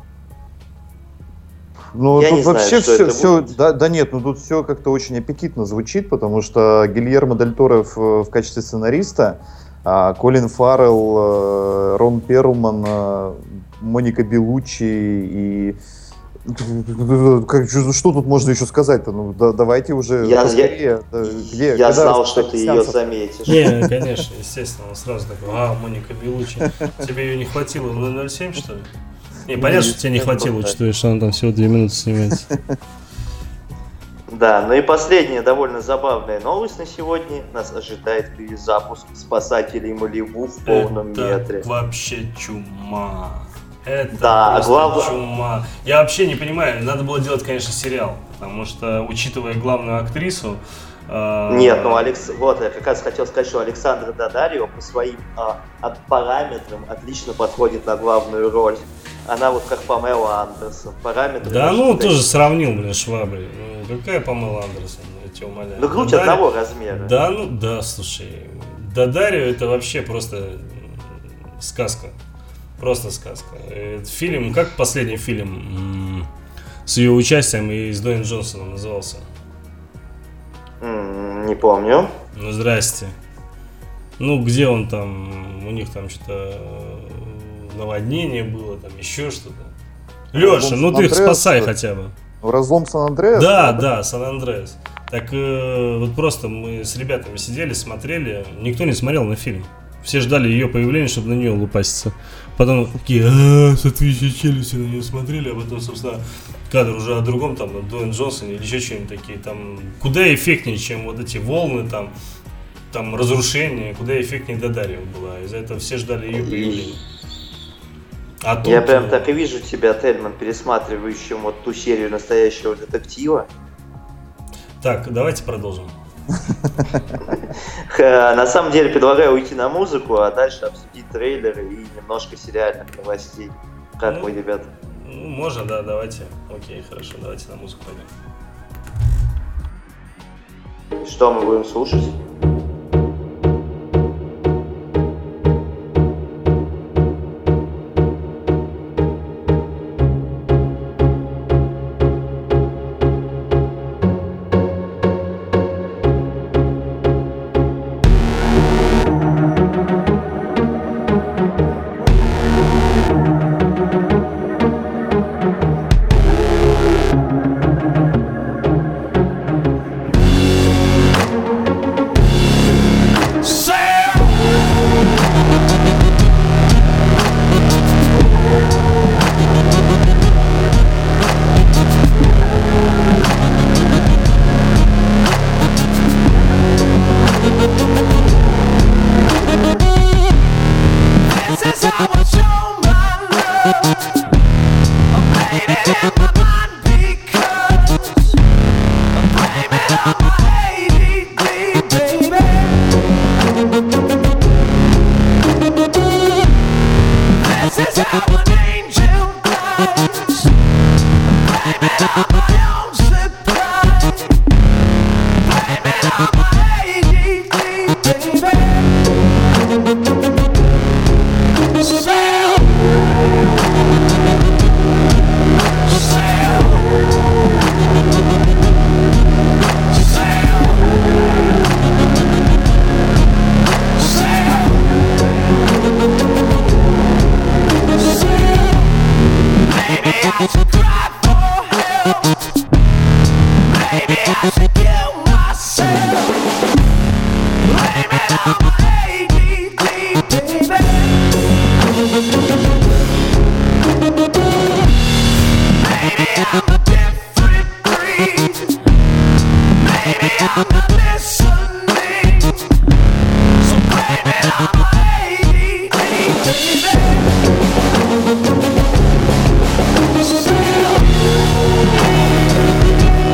Ну, я тут не вообще знаю, все, это все будет. да, да нет, ну тут все как-то очень аппетитно звучит, потому что Гильермо Дель Торо в, в качестве сценариста, а Колин Фаррелл, Рон Перлман, Моника Белуччи и... Как, что тут можно еще сказать-то? Ну, да, давайте уже я, поскорее. Я, Где, я знал, что ты ее заметишь. Не, конечно, естественно, он сразу такой: а, Моника Белуччи, тебе ее не хватило в ноль ноль семь, что ли? Не, понятно, что тебе не хватило, учитывая, что она там всего две минуты снимается. Да, ну и последняя довольно забавная новость на сегодня. Нас ожидает перезапуск «Спасателей Малибу» в полном Это метре. Вообще чума. Это да, просто глав... чума. Я вообще не понимаю, надо было делать, конечно, сериал. Потому что, учитывая главную актрису... Э... Нет, ну Алекс... вот, я как раз хотел сказать, что Александра Дадарио по своим э, параметрам отлично подходит на главную роль. Она вот как Памела Андерсон. Параметры... Да ну, тоже есть... сравнил, блин, шваброй. Ну, какая Памела Андерсон, я тебя умоляю. Ну, грудь Дадарио... одного размера. Да, ну, да, слушай. Дадарио это вообще просто сказка. Просто сказка. Этот фильм, как последний фильм с ее участием и с Дуэйн Джонсоном назывался? Mm, не помню. Ну, здрасте. Ну, где он там, у них там что-то наводнение было, там еще что-то. Леша, ну ты их спасай хотя бы. Разлом Сан-Андреас? Да, да, Сан-Андреас. Так э, вот просто мы с ребятами сидели, смотрели, никто не смотрел на фильм. Все ждали ее появления, чтобы на нее лупаситься. Потом такие, ааа, с отвисшей челюстью на нее смотрели, а потом, собственно, кадр уже о другом, там, о Дуэйн Джонсоне или еще что-нибудь такие, там, куда эффектнее, чем вот эти волны, там, там, разрушения, куда эффектнее Дадарио была. Из-за этого все ждали ее появления. А тут... Я прям так и вижу тебя, Тельман, пересматривающим вот ту серию настоящего детектива. Так, давайте продолжим. На самом деле предлагаю уйти на музыку, а дальше обсудить трейлеры и немножко сериальных новостей. Как ну, вы, ребята? Ну, можно, да, давайте. Окей, хорошо, давайте на музыку пойдем. Что мы будем слушать?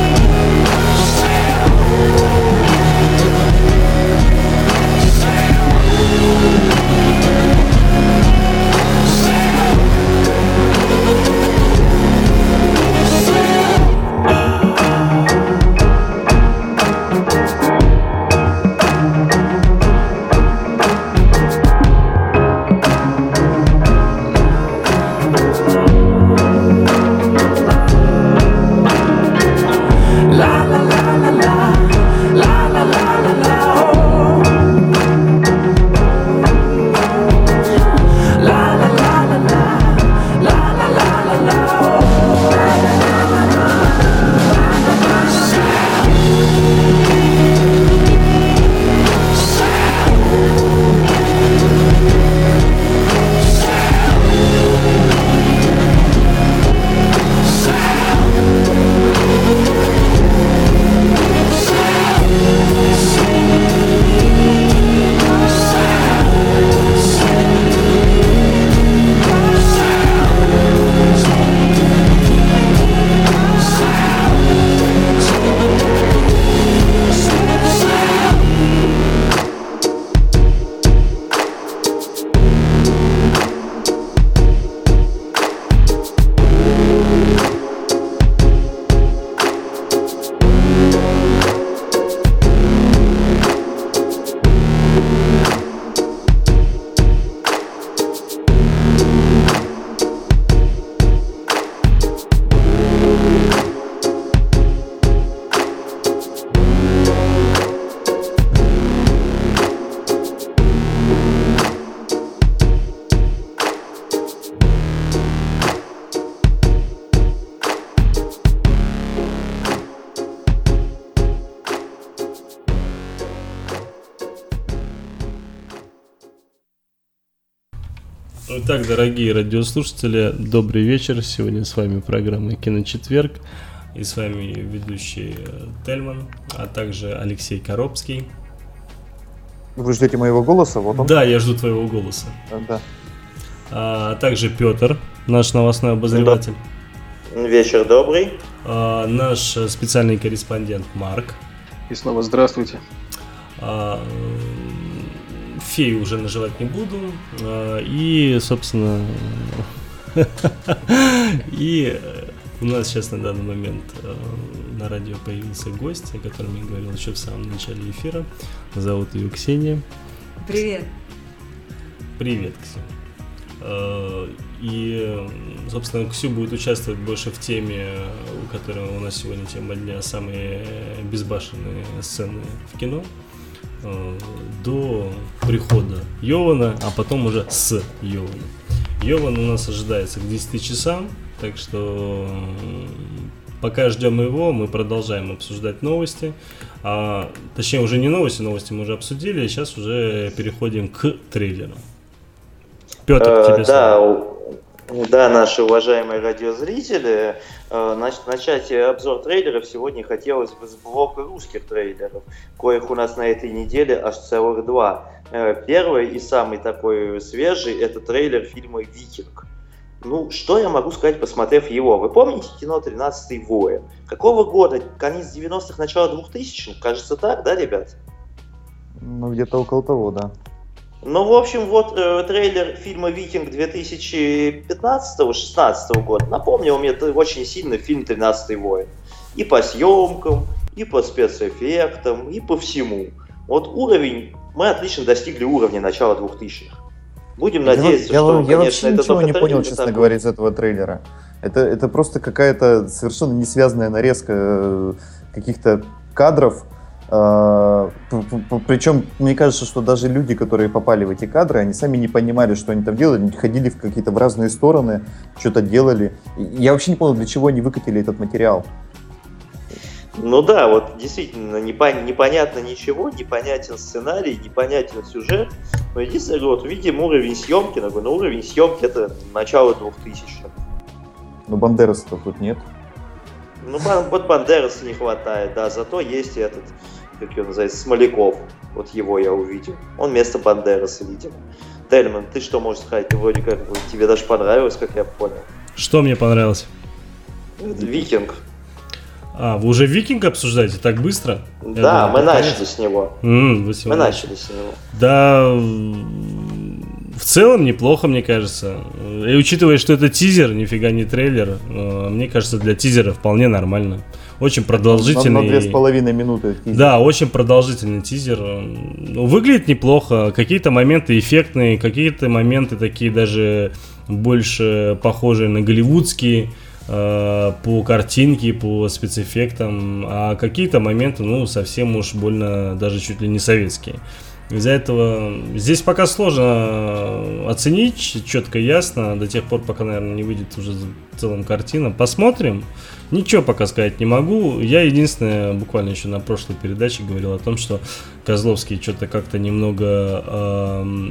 Say Итак, дорогие радиослушатели, добрый вечер. Сегодня с вами программа «Киночетверг». И с вами ведущий Тельман, а также Алексей Коробский. Вы ждете моего голоса? Вот он. Да, я жду твоего голоса. Да. А также Петр, наш новостной обозреватель. Вечер добрый. А, наш специальный корреспондент Марк. И снова здравствуйте. А, фею уже наживать не буду. А, и, собственно, и у нас сейчас на данный момент на радио появился гость, о котором я говорил еще в самом начале эфира. Зовут ее Ксения. Привет. Привет, Ксения. И, собственно, Ксю будет участвовать больше в теме, у которой у нас сегодня тема дня, самые безбашенные сцены в кино, до прихода Йована, а потом уже с Йованом. Йован у нас ожидается к десяти часам, так что пока ждем его, мы продолжаем обсуждать новости. А, точнее, уже не новости, новости мы уже обсудили, а сейчас уже переходим к трейлеру. Петр, э, тебе да, слово. Да, наши уважаемые радиозрители, э, начать обзор трейлеров сегодня хотелось бы с блока русских трейлеров, коих у нас на этой неделе аж целых два. Э, первый и самый такой свежий – это трейлер фильма «Викинг». Ну, что я могу сказать, посмотрев его? Вы помните кино «тринадцатый воин»? Какого года? Конец девяностых, начало двухтысячных? Кажется так, да, ребят? Ну, где-то около того, да. Ну, в общем, вот э, трейлер фильма «Викинг» две тысячи пятнадцатого — две тысячи шестнадцатого года напомнил мне это очень сильно фильм «тринадцатый воин». И по съемкам, и по спецэффектам, и по всему. Вот уровень, мы отлично достигли уровня начала двухтысячных. Будем я, надеяться, я, что, я конечно, вообще это ничего не трейлер, понял, честно такой. говоря, из этого трейлера. Это, это просто какая-то совершенно несвязанная нарезка каких-то кадров. Причем, мне кажется, что даже люди, которые попали в эти кадры, они сами не понимали, что они там делали, они ходили в какие-то в разные стороны, что-то делали. Я вообще не понял, для чего они выкатили этот материал. Ну да, вот действительно непон- непонятно ничего, непонятен сценарий, непонятен сюжет. Но единственное, вот видим уровень съемки, но ну, уровень съемки это начало двухтысячных. Но Бандераса-то тут нет. Ну, вот Бандераса не хватает, да, зато есть этот, как его называется, Смоляков. Вот его я увидел. Он вместо Бандераса, видимо. Тельман, ты что можешь сказать? Ты вроде как, тебе даже понравилось, как я понял. Что мне понравилось? Это «Викинг». А, вы уже «Викинг» обсуждаете так быстро? Да, мы начали с него. М, мы начали с него. Да, в целом неплохо, мне кажется. И учитывая, что это тизер, нифига не трейлер, мне кажется, для тизера вполне нормально. Очень продолжительный. На две с половиной минуты тизер. Да, очень продолжительный тизер. Выглядит неплохо. Какие-то моменты эффектные, какие-то моменты такие даже больше похожие на голливудские. По картинке, по спецэффектам, а какие-то моменты, ну, совсем уж больно, даже чуть ли не советские. Из-за этого здесь пока сложно оценить четко, ясно, до тех пор, пока, наверное, не выйдет уже в целом картина. Посмотрим. Ничего пока сказать не могу. Я единственное, буквально еще на прошлой передаче говорил о том, что Козловский что-то как-то немного... Э,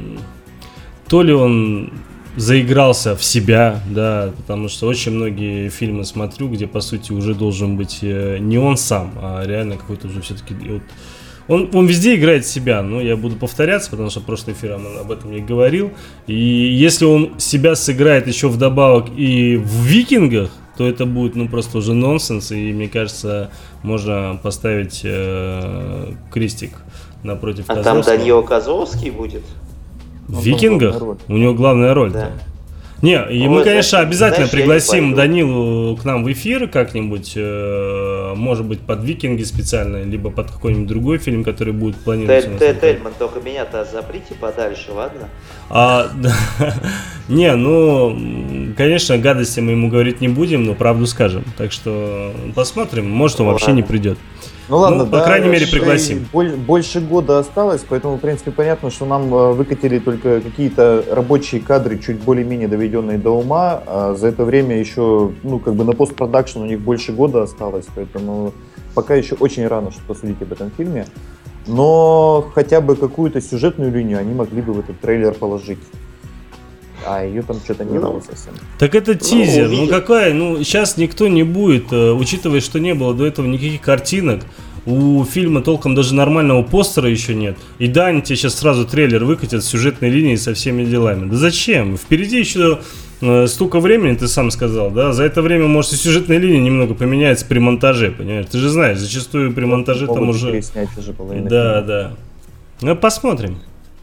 то ли он... заигрался в себя, да, потому что очень многие фильмы смотрю, где, по сути, уже должен быть не он сам, а реально какой-то уже все-таки... Вот, он, он везде играет себя, но я буду повторяться, потому что в прошлый эфир он об этом не говорил. И если он себя сыграет еще вдобавок и в «Викингах», то это будет, ну, просто уже нонсенс, и, мне кажется, можно поставить э, крестик напротив а Козловского. А там Данила Козловский будет? В «Викингах» у него главная роль. Да. Не, и ну, мы, конечно, значит, обязательно значит, пригласим Данилу к нам в эфир как-нибудь, э, может быть, под «Викинги» специально, либо под какой-нибудь другой фильм, который будет планироваться. Тельман, только меня-то заприте подальше, ладно? А, да. Не, ну, конечно, гадости мы ему говорить не будем, но правду скажем. Так что посмотрим, может, он ну, вообще ладно. не придет. Ну ладно, ну, по да, крайней мере, пригласим. Больше года осталось, поэтому, в принципе, понятно, что нам выкатили только какие-то рабочие кадры, чуть более-менее доведенные до ума. А за это время еще, ну, как бы на постпродакшн у них больше года осталось, поэтому пока еще очень рано что-то судить об этом фильме. Но хотя бы какую-то сюжетную линию они могли бы в этот трейлер положить. а ее там что-то не было совсем. Так это тизер, ну, ну какая, ну сейчас никто не будет, учитывая, что не было до этого никаких картинок, у фильма толком даже нормального постера еще нет. И да, они тебе сейчас сразу трейлер выкатят с сюжетной линией со всеми делами. Да зачем? Впереди еще э, столько времени, ты сам сказал, да? За это время, может, и сюжетная линия немного поменяется при монтаже, понимаешь? Ты же знаешь, зачастую при монтаже там уже... уже да, да. Ну, посмотрим.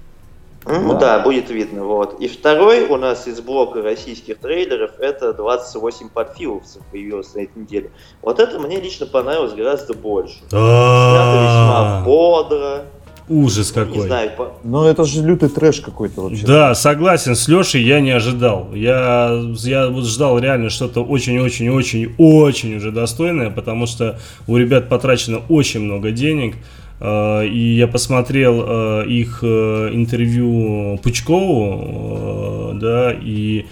Ну да. да, будет видно, вот. И второй у нас из блока российских трейлеров это двадцать восемь подфиловцев появилось на этой неделе. Вот это мне лично понравилось гораздо больше. Снято весьма бодро. Ужас какой. Не знаю, по... Ну это же лютый трэш какой-то вообще. Да, согласен с Лешей, я не ожидал. Я, я вот ждал реально что-то очень-очень-очень-очень уже достойное, потому что у ребят потрачено очень много денег. И я посмотрел их интервью Пучкову, да, и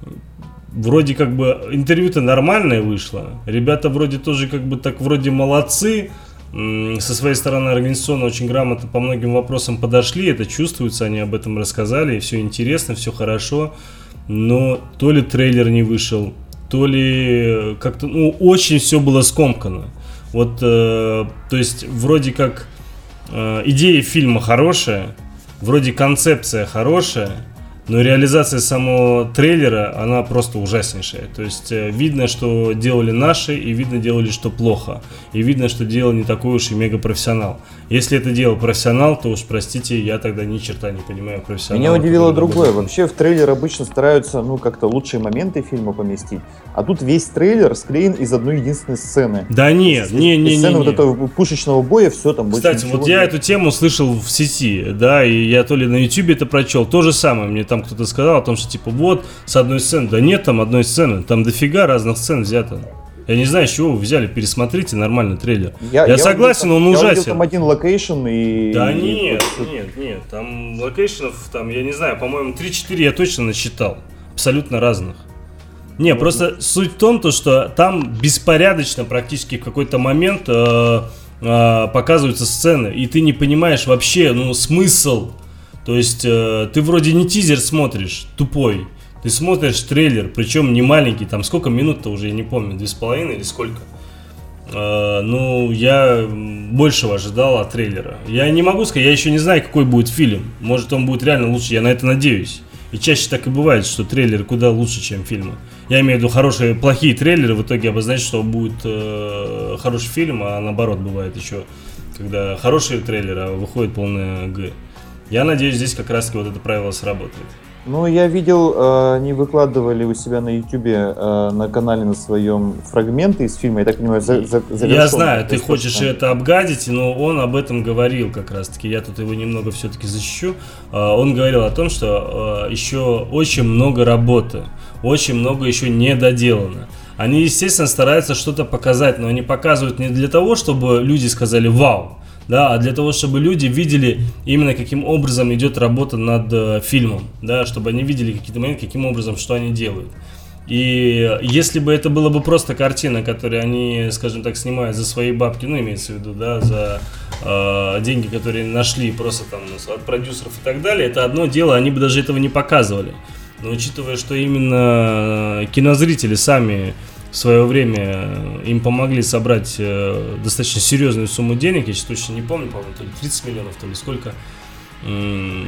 вроде как бы интервью-то нормальное вышло. Ребята вроде тоже как бы так вроде молодцы. Со своей стороны организационно очень грамотно по многим вопросам подошли. Это чувствуется, они об этом рассказали. И все интересно, все хорошо. Но то ли трейлер не вышел, то ли как-то, ну, очень все было скомкано. Вот, э, то есть, вроде как э, идея фильма хорошая, вроде концепция хорошая, но реализация самого трейлера, она просто ужаснейшая. То есть, э, видно, что делали наши, и видно, делали, что плохо. И видно, что делал не такой уж и мега-профессионал. Если это делал профессионал, то уж, простите, я тогда ни черта не понимаю профессионала. Меня удивило другое. Вообще в трейлер обычно стараются, ну, как-то лучшие моменты фильма поместить. А тут весь трейлер склеен из одной единственной сцены. Да нет, не, не, не. Сцена не, вот этого пушечного боя, все там больше. Кстати, вот я нет. Эту тему слышал в сети, да, и я то ли на ютубе это прочел, то же самое. Мне там кто-то сказал о том, что типа вот, с одной сцены. Да нет там одной сцены, там дофига разных сцен взято. Я не знаю, с чего вы взяли, пересмотрите нормально трейлер. Я, я, я согласен, увидел, он ужасен. Я увидел там один локейшн и... Да нет, и... нет, нет, там локейшнов, там, я не знаю, по-моему, три-четыре я точно насчитал. Абсолютно разных. Не, просто суть в том, то, что там беспорядочно практически в какой-то момент э, э, показываются сцены, и ты не понимаешь вообще, ну, смысл. То есть э, ты вроде не тизер смотришь, тупой, ты смотришь трейлер, причем не маленький, там сколько минут-то уже, я не помню, две с половиной или сколько. Э, ну, я большего ожидал от трейлера. Я не могу сказать, я еще не знаю, какой будет фильм. Может, он будет реально лучше, я на это надеюсь. И чаще так и бывает, что трейлеры куда лучше, чем фильмы. Я имею в виду хорошие, плохие трейлеры в итоге обозначат, что будет э, хороший фильм, а наоборот бывает еще, когда хорошие трейлеры, а выходит полная г. Я надеюсь, здесь как раз-таки вот это правило сработает. Ну, я видел, э, они выкладывали у себя на ютубе, э, на канале на своем фрагменты из фильма, я так понимаю, за, за, завершенные. Я знаю, ты хочешь это обгадить, но он об этом говорил как раз-таки, я тут его немного все-таки защищу. Э, он говорил о том, что э, еще очень много работы, очень много еще не доделано. Они, естественно, стараются что-то показать, но они показывают не для того, чтобы люди сказали «Вау!», да, а для того, чтобы люди видели именно каким образом идет работа над э, фильмом, да, чтобы они видели какие-то моменты, каким образом, что они делают. И если бы это была бы просто картина, которую они, скажем так, снимают за свои бабки, ну, имеется в виду, да, за э, деньги, которые нашли просто там от продюсеров и так далее, это одно дело, они бы даже этого не показывали. Но учитывая, что именно кинозрители сами в свое время им помогли собрать э, достаточно серьезную сумму денег, я сейчас точно не помню, по-моему, то ли тридцать миллионов, то ли сколько, э,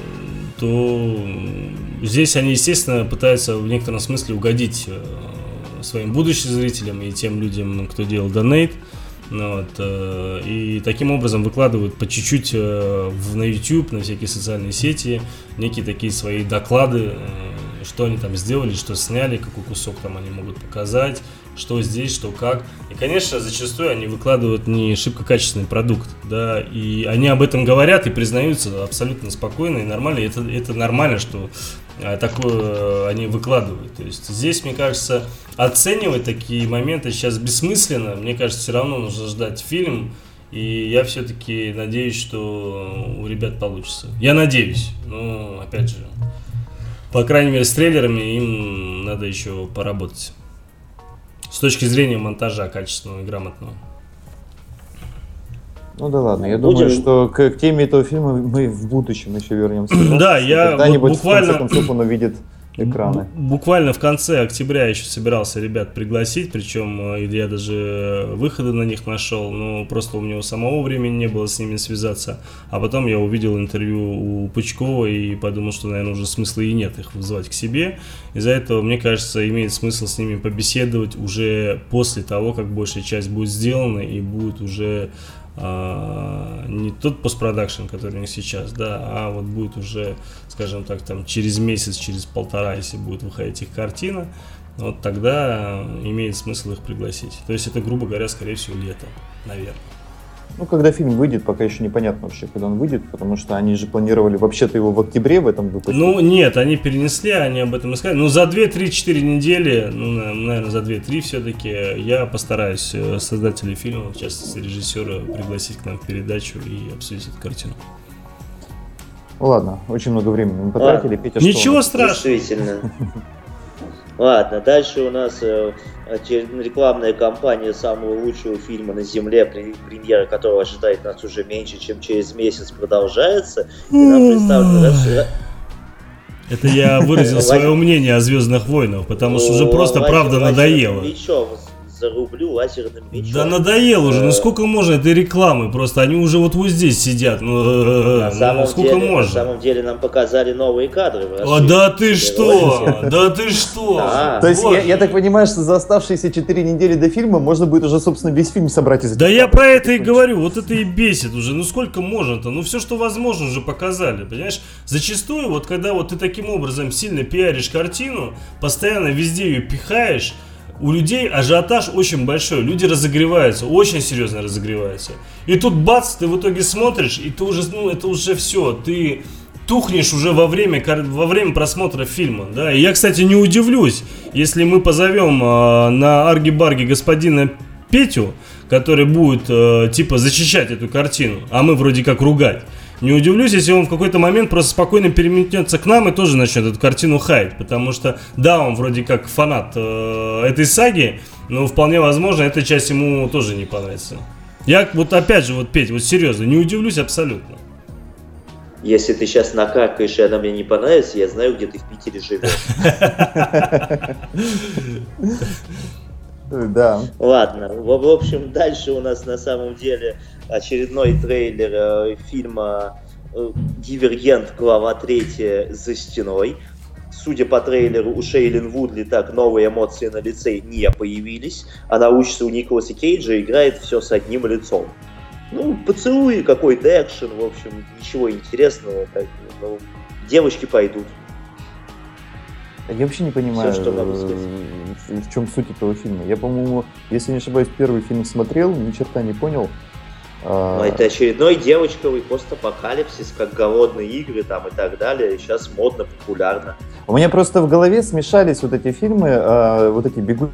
то здесь они, естественно, пытаются в некотором смысле угодить э, своим будущим зрителям и тем людям, кто делал донейт. Вот, э, и таким образом выкладывают по чуть-чуть э, в, на YouTube, на всякие социальные сети некие такие свои доклады, э, что они там сделали, что сняли, какой кусок там они могут показать, что здесь, что как. И, конечно, зачастую они выкладывают не шибко качественный продукт, да, и они об этом говорят и признаются абсолютно спокойно и нормально. И это, это нормально, что э, такое они выкладывают. То есть здесь, мне кажется, оценивать такие моменты сейчас бессмысленно. Мне кажется, все равно нужно ждать фильм. И я все-таки надеюсь, что у ребят получится. Я надеюсь. Но, опять же, по крайней мере, с трейлерами им надо еще поработать. С точки зрения монтажа качественного и грамотного. Ну да ладно, я Будем... думаю, что к, к теме этого фильма мы в будущем еще вернемся. Да, я когда-нибудь буквально... в конце концов он увидит экраны. Буквально в конце октября еще собирался ребят пригласить, причем я даже выходы на них нашел, но просто у меня самого времени не было с ними связаться. А потом я увидел интервью у Пучкова и подумал, что, наверное, уже смысла и нет их вызывать к себе. Из-за этого, мне кажется, имеет смысл с ними побеседовать уже после того, как большая часть будет сделана и будет уже а, не тот постпродакшн, который у них сейчас, да, а вот будет уже, скажем так, там через месяц, через полтора, если будет выходить их картина, вот тогда имеет смысл их пригласить. То есть это, грубо говоря, скорее всего, лето, наверное. Ну, когда фильм выйдет, пока еще непонятно вообще, когда он выйдет, потому что они же планировали вообще-то его в октябре в этом выпуске. Ну, нет, они перенесли, они об этом сказали. Ну, за две-три-четыре недели, ну, наверное, за две-три все-таки я постараюсь создателей фильма, в частности, режиссера, пригласить к нам в передачу и обсудить эту картину. Ладно, очень много времени мы потратили. А, Петя, ничего что страшного. Действительно. Ладно, дальше у нас э, рекламная кампания самого лучшего фильма на Земле, премьера которого ожидает нас уже меньше, чем через месяц, продолжается. И нам представлено... Это я выразил свое мнение о «Звездных войнах», потому что уже просто правда надоело. Зарублю лазерным мечом. Да надоело уже, ну сколько можно этой рекламы, просто они уже вот вот здесь сидят, ну, на ну сколько деле, можно. На самом деле нам показали новые кадры. А да ты что, да ты что. Да. То есть я, я так понимаю, что за оставшиеся четыре недели до фильма можно будет уже, собственно, весь фильм собрать из этих Да кадров. я про это и говорю, вот это и бесит уже, ну сколько можно-то, ну все, что возможно, уже показали, понимаешь. Зачастую, вот когда вот ты таким образом сильно пиаришь картину, постоянно везде ее пихаешь, у людей ажиотаж очень большой, люди разогреваются, очень серьезно разогреваются. И тут бац, ты в итоге смотришь, и ты уже, ну это уже все, ты тухнешь уже во время, во время просмотра фильма, да. И я, кстати, не удивлюсь, если мы позовем э, на арги-барги господина Петю, который будет э, типа защищать эту картину, а мы вроде как ругать. Не удивлюсь, если он в какой-то момент просто спокойно переметнется к нам и тоже начнет эту картину хаять. Потому что, да, он вроде как фанат э, этой саги, но вполне возможно, эта часть ему тоже не понравится. Я вот опять же, вот Петь, вот серьезно, не удивлюсь абсолютно. Если ты сейчас накакаешь, и она мне не понравится, я знаю, где ты в Питере живешь. Да. Ладно, в, в общем, дальше у нас на самом деле очередной трейлер э, фильма э, «Дивергент», глава третья, «За стеной». Судя по трейлеру, у Шейлин Вудли так новые эмоции на лице не появились. Она учится у Николаса Кейджа и играет все с одним лицом. Ну, поцелуй, какой-то экшен, в общем, ничего интересного. Так, ну, девочки пойдут. Я вообще не понимаю, Все, что могу в, в чем суть этого фильма. Я, по-моему, если не ошибаюсь, первый фильм смотрел, ни черта не понял. Ну, это очередной девочковый постапокалипсис, как «Голодные игры» там и так далее. Сейчас модно, популярно. У меня просто в голове смешались вот эти фильмы, э, вот эти «Бегущие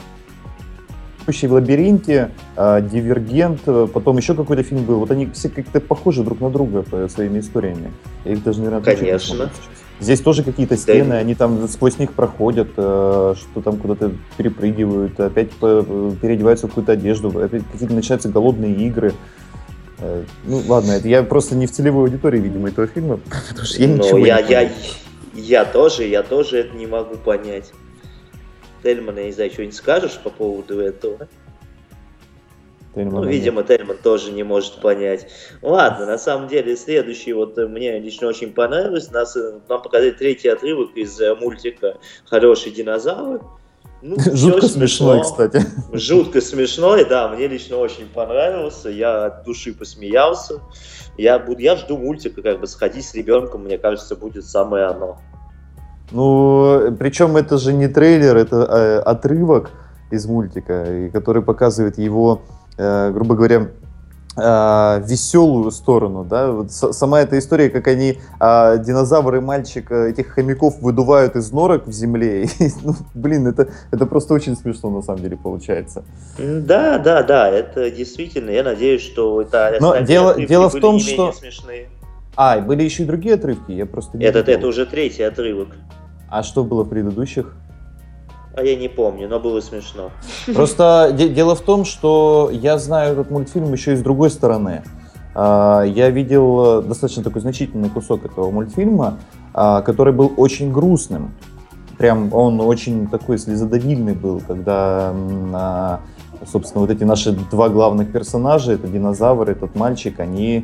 в лабиринте», э, «Дивергент», потом еще какой-то фильм был. Вот они все как-то похожи друг на друга по своими историями. Я их даже, наверное, Конечно. Здесь тоже какие-то стены, да, они там сквозь них проходят, э, что там куда-то перепрыгивают, опять по, переодеваются в какую-то одежду, опять какие-то начинаются голодные игры. Э, ну ладно, это я просто не в целевой аудитории, видимо, этого фильма, потому что я Но ничего я, не понял. я, я тоже, я тоже это не могу понять. Тельман, я не знаю, что-нибудь скажешь по поводу этого? Тельмана ну, нет. видимо, Тельман тоже не может понять. Ладно, на самом деле, следующий, вот мне лично очень понравилось, нас, нам показали третий отрывок из мультика «Хороший динозавр». Ну, жутко смешной, кстати. Жутко смешной, да, мне лично очень понравился, я от души посмеялся. Я, буду, я жду мультика, как бы сходить с ребенком, мне кажется, будет самое оно. Ну, причем это же не трейлер, это э, отрывок из мультика, который показывает его, э, грубо говоря, э, веселую сторону, да, вот с- сама эта история, как они, э, динозавр и мальчик э, этих хомяков выдувают из норок в земле, и, ну, блин, это, это просто очень смешно на самом деле получается. Да, да, да, это действительно, я надеюсь, что это Но дело, дело в том, не что... смешные. А, были еще и другие отрывки, я просто не Этот, видел. это уже третий отрывок. А что было в предыдущих? А я не помню, но было смешно. Просто де- дело в том, что я знаю этот мультфильм еще и с другой стороны. А, я видел достаточно такой значительный кусок этого мультфильма, а, который был очень грустным. прям он очень такой слезодавильный был, когда, собственно, вот эти наши два главных персонажа, это динозавр, этот мальчик, они,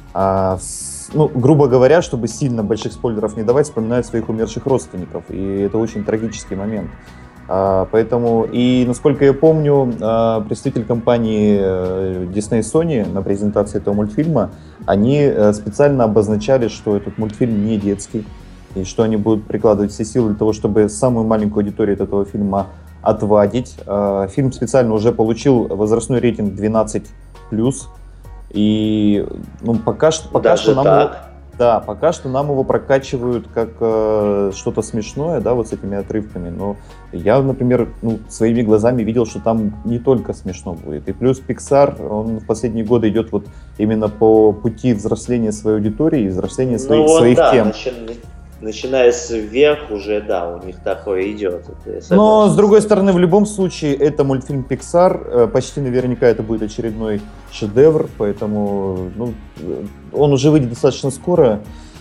ну, грубо говоря, чтобы сильно больших спойлеров не давать, вспоминают своих умерших родственников, и это очень трагический момент. Поэтому, и насколько я помню, представитель компании Disney Sony на презентации этого мультфильма, они специально обозначали, что этот мультфильм не детский, и что они будут прикладывать все силы для того, чтобы самую маленькую аудиторию от этого фильма отвадить. Фильм специально уже получил возрастной рейтинг двенадцать плюс, и ну, пока, пока что нам... Его, да, пока что нам его прокачивают как э, что-то смешное, да, вот с этими отрывками, но я, например, ну, своими глазами видел, что там не только смешно будет. И плюс Pixar, он в последние годы идет вот именно по пути взросления своей аудитории, взросления своих, ну, своих да, тем. Начи... Начиная сверх уже, да, у них такое идет. Но, с другой стороны, в любом случае, это мультфильм Pixar, почти наверняка это будет очередной шедевр, поэтому ну, он уже выйдет достаточно скоро.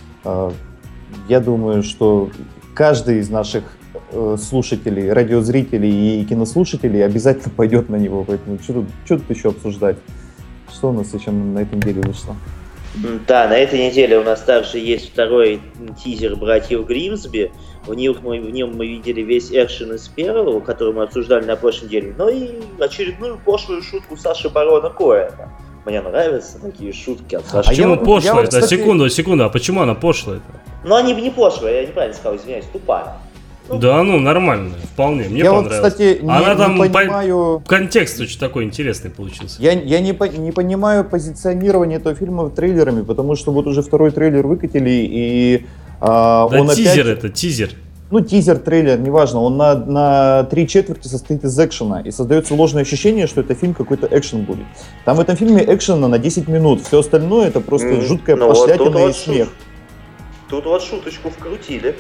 Я думаю, что каждый из наших слушателей, радиозрителей и кинослушателей обязательно пойдет на него, поэтому что тут, что тут еще обсуждать? Что у нас еще на этом деле вышло? Да, на этой неделе у нас также есть второй тизер братьев Гримсби. В нем, мы, в нем мы видели весь экшен из первого, который мы обсуждали на прошлой неделе. Ну и очередную пошлую шутку Саши Барона Коэна. Мне нравятся такие шутки от Саши. А почему пошлая? Вот, кстати... Секунду, секунду, а почему она пошлая? Ну они не пошлые, я неправильно сказал, извиняюсь, тупая. Ну, да, ну нормально, вполне, мне я понравилось. Вот, кстати, не, Она там не понимаю... по... контекст очень такой интересный получился. Я, я не, по, не понимаю позиционирование этого фильма трейлерами, потому что вот уже второй трейлер выкатили, и а, да он тизер опять... это, тизер. Ну, тизер, трейлер, неважно, он на, на три четверти состоит из экшена, и создается ложное ощущение, что это фильм какой-то экшен будет. Там в этом фильме экшена на десять минут, все остальное это просто mm, жуткая ну пошлятина вот и вот смех. Шут... Тут вот шуточку вкрутили.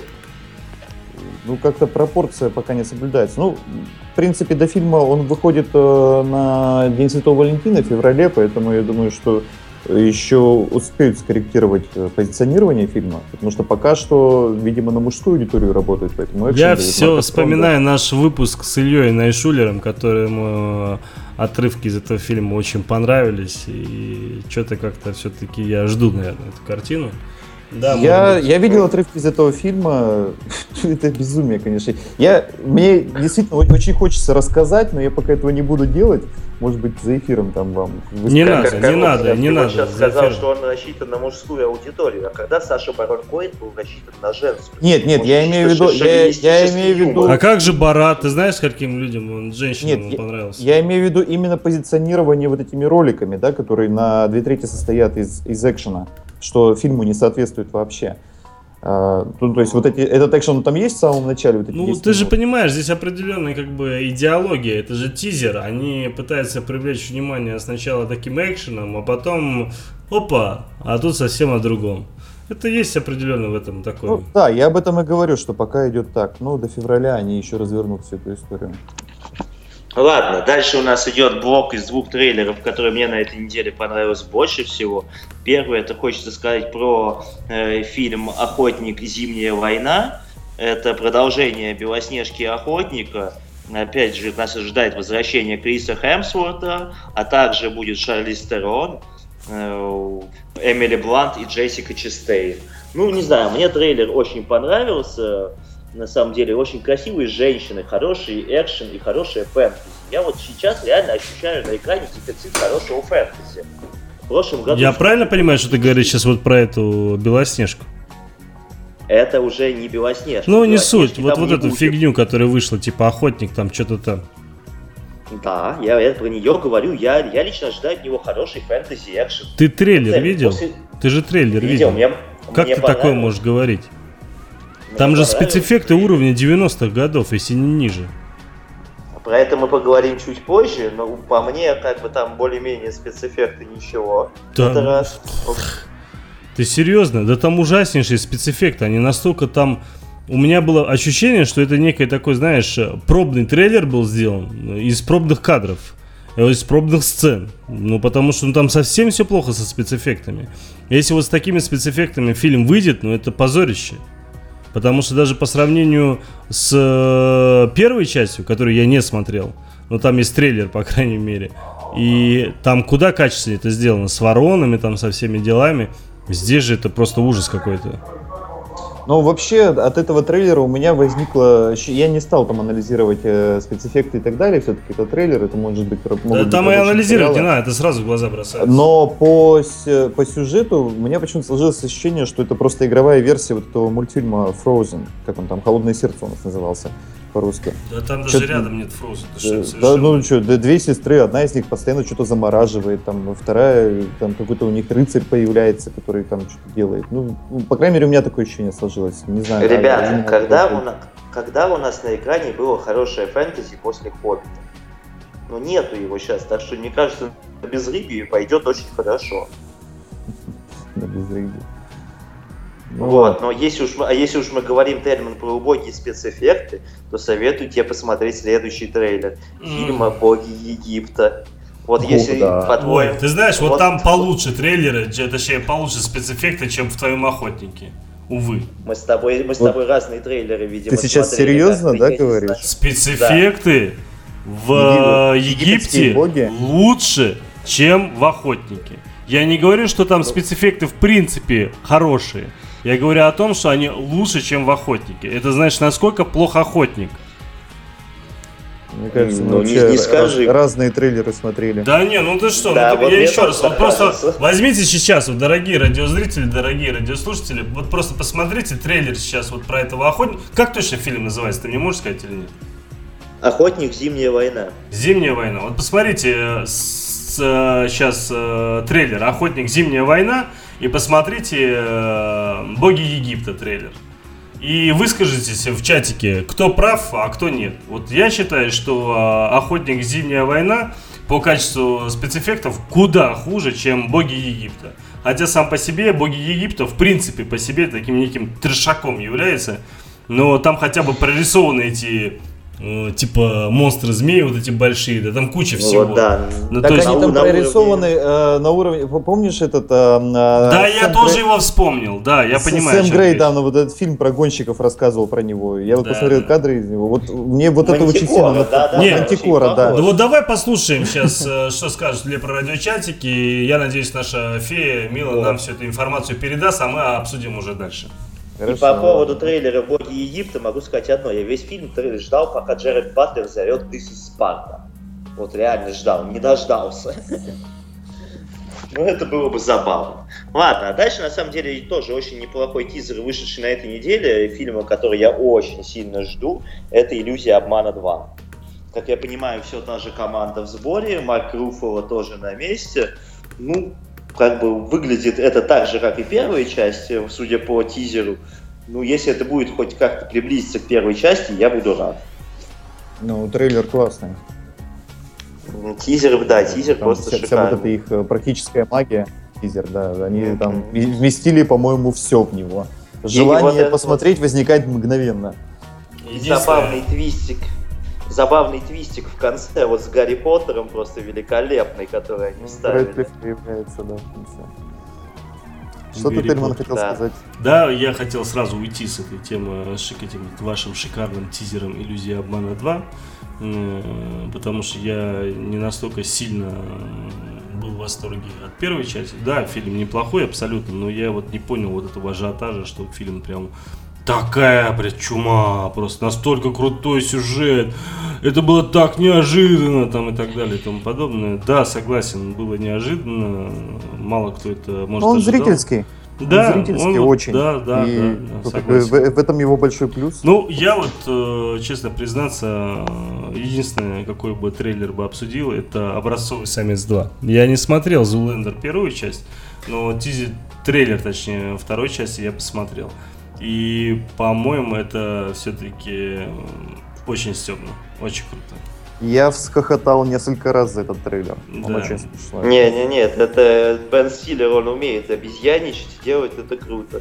Ну, как-то пропорция пока не соблюдается. Ну, в принципе, до фильма он выходит э, на День Святого Валентина в феврале, поэтому я думаю, что еще успеют скорректировать позиционирование фильма, потому что пока что, видимо, на мужскую аудиторию работает, поэтому экшен... Я все вспоминаю наш выпуск с Ильей Найшулером, которому отрывки из этого фильма очень понравились, и что-то как-то все-таки я жду, наверное, эту картину. Да, я, я видел отрывки из этого фильма, это безумие, конечно. Я, мне действительно очень хочется рассказать, но я пока этого не буду делать. Может быть, за эфиром там вам... Не надо, как, не надо, не надо. Он сейчас сказал, что он рассчитан на мужскую аудиторию, а когда Саша Барон Коэн был рассчитан на женскую? Нет, нет, я имею в виду... Я, я имею в виду... А как же Барат? Ты знаешь, каким людям он, женщинам нет, он понравился? Я, я имею в виду именно позиционирование вот этими роликами, да, которые на две трети состоят из, из экшена, что фильму не соответствует вообще. Uh, ну, то есть вот эти, этот экшен там есть в самом начале? Вот эти ну, ты минут. Же понимаешь, здесь определенная как бы идеология, это же тизер, они пытаются привлечь внимание сначала таким экшеном, а потом, опа, а тут совсем о другом. Это есть определенно в этом такое. Ну, да, я об этом и говорю, что пока идет так, ну, до февраля они еще развернут всю эту историю. Ладно, дальше у нас идет блок из двух трейлеров, которые мне на этой неделе понравилось больше всего. Первый, это хочется сказать про э, фильм «Охотник. Зимняя война». Это продолжение «Белоснежки и охотника». Опять же, нас ожидает возвращение Криса Хемсворта, а также будет Шарлиз Терон, э, Эмили Блант и Джессика Честейн. Ну, не знаю, мне трейлер очень понравился. На самом деле, очень красивые женщины, хороший экшен и хорошая фэнтези. Я вот сейчас реально ощущаю на экране дефицит хорошего фэнтези. В прошлом году... Я правильно понимаю, что ты говоришь сейчас вот про эту Белоснежку? Это уже не Белоснежка. Ну, не суть. Вот, вот эту будет. Фигню, которая вышла, типа охотник, там что-то там. Да, я, я про нее говорю. Я, я лично ожидаю от него хороший фэнтези экшен. Ты трейлер видел? После... Ты же трейлер видел. видел. Мне, как мне ты такое можешь говорить? Мне там же спецэффекты уровня девяностых годов, если не ниже. Про это мы поговорим чуть позже, но по мне, как бы там более-менее спецэффекты ничего. Да. Это раз. Ты серьезно? Да там ужаснейшие спецэффекты, они настолько там... У меня было ощущение, что это некий такой, знаешь, пробный трейлер был сделан из пробных кадров, из пробных сцен. Ну, потому что ну, там совсем все плохо со спецэффектами. Если вот с такими спецэффектами фильм выйдет, ну это позорище. Потому что даже по сравнению с первой частью, которую я не смотрел, но там есть трейлер, по крайней мере, и там куда качественнее это сделано, с воронами, там, со всеми делами. Здесь же это просто ужас какой-то. Ну, вообще, от этого трейлера у меня возникло... Я не стал там анализировать э, спецэффекты и так далее, все-таки это трейлер, это может быть... Да, там и анализировать не надо, это сразу в глаза бросается. Но по, по сюжету у меня почему-то сложилось ощущение, что это просто игровая версия вот этого мультфильма Frozen, как он там, «Холодное сердце» у нас назывался по-русски. Да там даже что-то... рядом нет Frozen. Да, совершенно... да, ну что, да, две сестры, одна из них постоянно что-то замораживает, там, вторая, там какой-то у них рыцарь появляется, который там что-то делает. Ну, по крайней мере, у меня такое ощущение сложилось. Не знаю. Ребята, да, когда, у нас, когда у нас на экране было хорошее фэнтези после «Хоббита»? Ну, нету его сейчас, так что, мне кажется, на безрыбье пойдет очень хорошо. На безрыбье. Ну, вот, но если уж, а если уж мы говорим, Тельман, про убогие спецэффекты, то советую тебе посмотреть следующий трейлер фильма «Боги Египта». Вот О, если да. по-твоему... Ой, ты знаешь, вот, вот там получше трейлеры, точнее получше спецэффекты, чем в твоем «Охотнике». Увы. Мы с тобой, мы с вот. тобой разные трейлеры, видимо, Ты сейчас смотрели, серьезно, да, я говоришь? Спецэффекты да. в Египте Египте лучше, чем в «Охотнике». Я не говорю, что там спецэффекты в принципе хорошие. Я говорю о том, что они лучше, чем в «Охотнике». Это значит, насколько плох «Охотник». Мне кажется, мы ну, вообще не, не скажи. Раз, разные трейлеры смотрели. Да не, ну ты что, да, ну, вот я еще раз, вот просто кажется. возьмите сейчас, вот, дорогие радиозрители, дорогие радиослушатели, вот просто посмотрите трейлер сейчас вот про этого охотника. Как точно фильм называется, ты мне можешь сказать или нет? «Охотник. Зимняя война». «Зимняя война». Вот посмотрите с, с, сейчас э, трейлер «Охотник. Зимняя война» и посмотрите э, «Боги Египта» трейлер. И выскажитесь в чатике, кто прав, а кто нет. Вот я считаю, что «Охотник. Зимняя война» по качеству спецэффектов куда хуже, чем «Боги Египта». Хотя сам по себе «Боги Египта» в принципе по себе таким неким трешаком является. Но там хотя бы прорисованы эти... типа монстры-змеи вот эти большие, да там куча всего. Вот, да. Ну, так то есть, они там на прорисованы уровне... э, на уровне, помнишь этот... Э, да, Сэм я тоже Грей... его вспомнил, да, я С, понимаю. Сэм Грей, да, ну, вот этот фильм про гонщиков рассказывал про него. Я вот да, посмотрел да. кадры из него. Вот мне вот Мантикора, это очень сильно... Да, да, Нет, Мантикора, да. Ну вот давай послушаем сейчас, что скажут для про радиочатики. Я надеюсь, наша фея Мила нам всю эту информацию передаст, а мы обсудим уже дальше. Хорошо. И по поводу трейлера «Боги Египта» могу сказать одно. Я весь фильм ждал, пока Джеред Батлер зовет «This is Sparta». Вот реально ждал, не дождался. Ну, это было бы забавно. Ладно, а дальше, на самом деле, тоже очень неплохой тизер, вышедший на этой неделе, фильма, который я очень сильно жду, это «Иллюзия обмана два». Как я понимаю, все та же команда в сборе, Марк Руффало тоже на месте. Ну, как бы выглядит это так же, как и первая часть, судя по тизеру. Ну, если это будет хоть как-то приблизиться к первой части, я буду рад. Ну, трейлер классный. Тизер, да, тизер там просто вся, шикарный. Вся вот эта их практическая магия, тизер, да, они mm-hmm. там вместили, по-моему, все в него. Желание вот посмотреть вот... возникает мгновенно. Забавный твистик. Забавный твистик в конце, вот с Гарри Поттером просто великолепный, который они вставили. Брэд Питт появляется, да, в конце. Что ты, Тельман, хотел да. сказать? Да, я хотел сразу уйти с этой темы, с этим вашим шикарным тизером «Иллюзия обмана два», потому что я не настолько сильно был в восторге от первой части. Да, фильм неплохой абсолютно, но я вот не понял вот этого ажиотажа, что фильм прям... Такая, блядь, чума, просто настолько крутой сюжет, это было так неожиданно, там и так далее и тому подобное. Да, согласен, было неожиданно, мало кто это может Но он ожидал. зрительский. Да, он зрительский он, очень. Да, да, и да, да, согласен. В, в этом его большой плюс. Ну, я вот, честно признаться, единственное, какой бы трейлер бы обсудил, это «Образцовый самец два». Я не смотрел «Зулендер» первую часть, но тизер, трейлер, точнее, второй части я посмотрел. И, по-моему, это все-таки очень стебно, очень круто. Я всхохотал несколько раз за этот трейлер. Он да. очень смешной. Не-не-не, это Бен Стиллер, он умеет обезьяничать, делать это круто.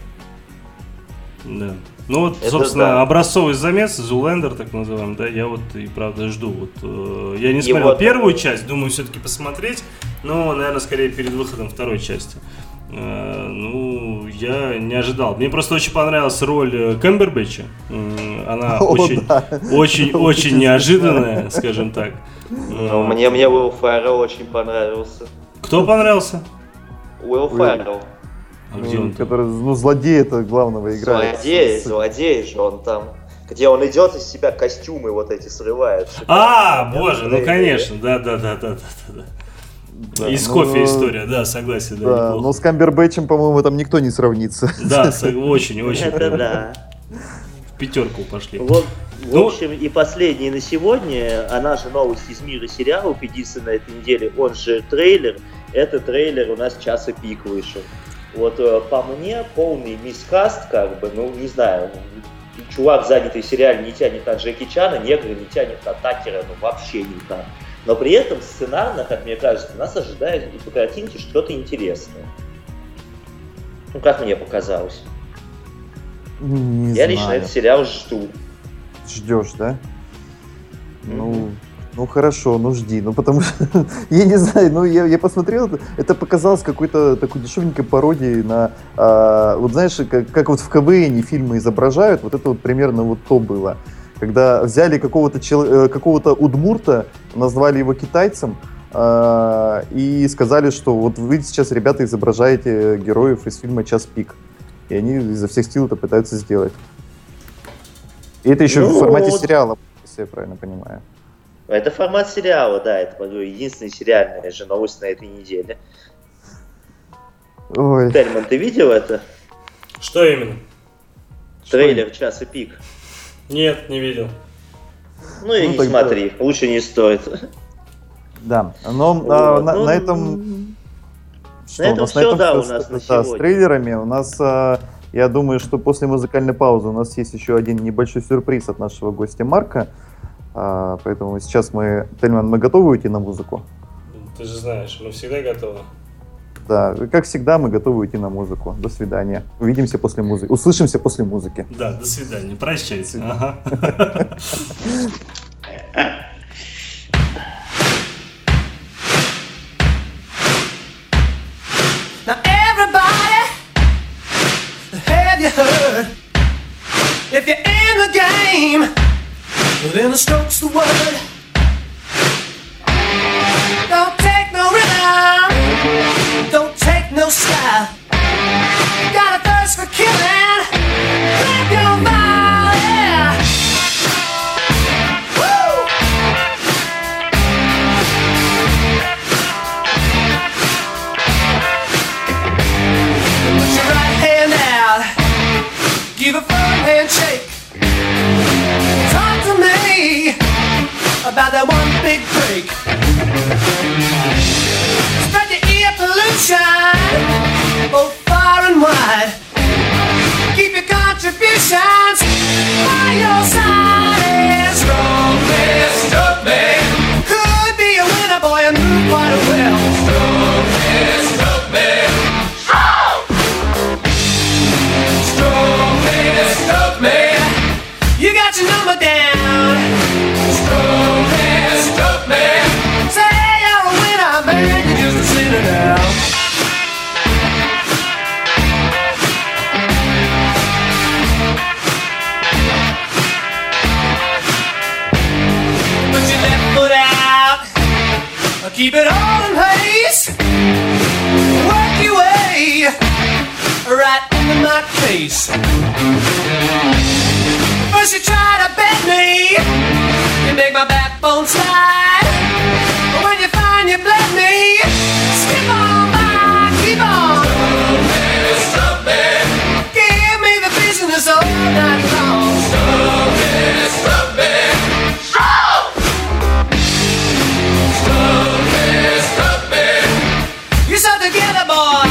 Да. Ну вот, это собственно, да. образцовый замес, «Зулендер», так называемый, да, я вот и правда жду. Вот, э, я не смотрел вот первую часть, думаю все-таки посмотреть, но, наверное, скорее перед выходом второй части. Ну, я не ожидал. Мне просто очень понравилась роль Камбербэтча. Она О, очень, да. очень, очень неожиданная, скажем так. Ну, мне, мне Уилл Феррелл очень понравился. Кто понравился? Уилл Феррелл. А где он? Который, ну, злодей это главного играет. Злодей, злодей же он там. Где он идет из себя костюмы вот эти срывает. А, боже, ну конечно, да, да, да, да, да, да. Да, Из ну, кофе история, да, согласен, да, Да, неплохо. но с Камбербэтчем, по-моему, там никто не сравнится. Да, очень-очень. Это да. В пятерку пошли. Вот, в Ну, общем, и последний на сегодня, она же новость из мира сериалов, единственная на этой неделе, он же трейлер. Это трейлер у нас часа пик вышел. Вот э, по мне полный мискаст, как бы, ну не знаю, чувак, занятый в сериале, не тянет на Джеки Чана, негры не тянет на Такера, ну вообще никак. Но при этом сценарно, как мне кажется, нас ожидает и по картинке что-то интересное. Ну, как мне показалось. Не Я знаю. лично этот сериал жду. Ждешь, да? Mm-hmm. Ну, ну хорошо, ну жди. Ну потому что, я не знаю, ну я, я посмотрел, это, это показалось какой-то такой дешевенькой пародией на, а, вот знаешь, как, как вот в КВН фильмы изображают, вот это вот примерно вот то было. Когда взяли какого-то, чел, какого-то удмурта, назвали его китайцем, а, и сказали, что вот вы сейчас, ребята, изображаете героев из фильма «Час пик». И они изо всех сил это пытаются сделать. И это еще ну, в формате вот... сериала, если я правильно понимаю. Это формат сериала, да, это, по-моему, единственная сериальная же новость на этой неделе. Ой. Тельман, ты видел это? Что именно? Трейлер «Часа пик». Нет, не видел. Ну и Ну, не тогда- смотри, лучше не стоит. Да, но Вот, а, на, ну, на этом... Что, на у этом нас всё, да, всё у с- нас на да, с сегодня. трейлерами. У нас, а, я думаю, что после музыкальной паузы у нас есть еще один небольшой сюрприз от нашего гостя Марка. А, поэтому сейчас мы... Тельман, мы готовы уйти на музыку? Ты же знаешь, мы всегда готовы. Да, как всегда, мы готовы уйти на музыку. До свидания. Увидимся после музыки. Услышимся после музыки. Да, до свидания. Прощайте. До Ага. Now everybody, have you heard? If you're in the game, well, then the stroke's the word. Don't take no rhythm, don't take no style. Got a thirst for killing, grab your body. Woo! Put your right hand out, give a firm handshake. Talk to me about that one big break. Spread your ear pollution both far and wide. Keep your contributions by your side. And strong man, strong man, could be a winner, boy, and move quite well. Strong man, strong man, strong. Strong man, strong man, you got your number down. Strong man, strong man, say you're a winner, man, you're just a sinner now. Put your left foot out, keep it all in place. Work your way right into my face. First you try to bend me, you make my backbone slide. But when you find you bled me, skip on by, keep on. Give me the business all night long. You're so together, boy.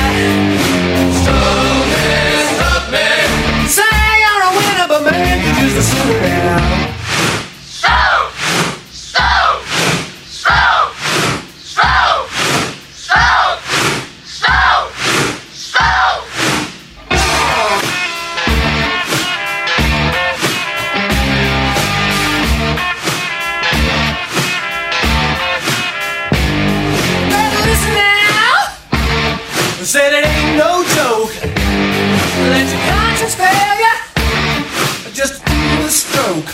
Say you're a winner, but man, you're just a sinner now. against failure, just do the stroke.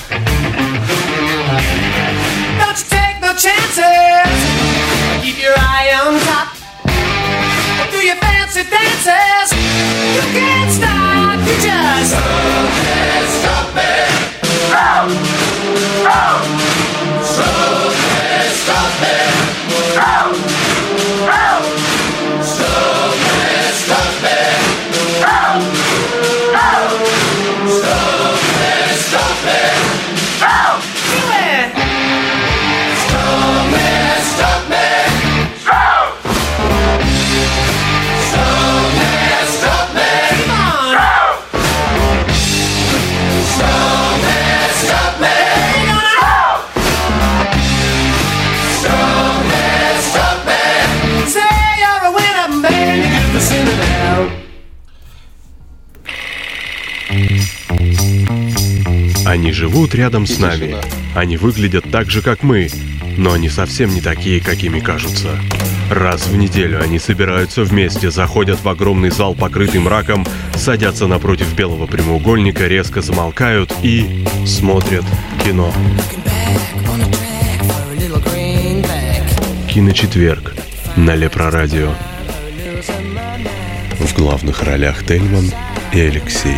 Don't you take no chances, keep your eye on top. Do your fancy dances, you can't stop, you just stop it, stop it. Oh, oh. Stop it, stop it. Oh, oh. Stop it, stop it. Oh, oh. Stop it, stop it. Oh, do it. Stop it, stop it. Oh. Stop it, stop it. Come on. Oh. Stop it, stop it. Они живут рядом с нами. Они выглядят так же, как мы, но они совсем не такие, какими кажутся. Раз в неделю они собираются вместе, заходят в огромный зал, покрытый мраком, садятся напротив белого прямоугольника, резко замолкают и смотрят кино. Киночетверг на Лепрорадио. В главных ролях Тельман и Алексей.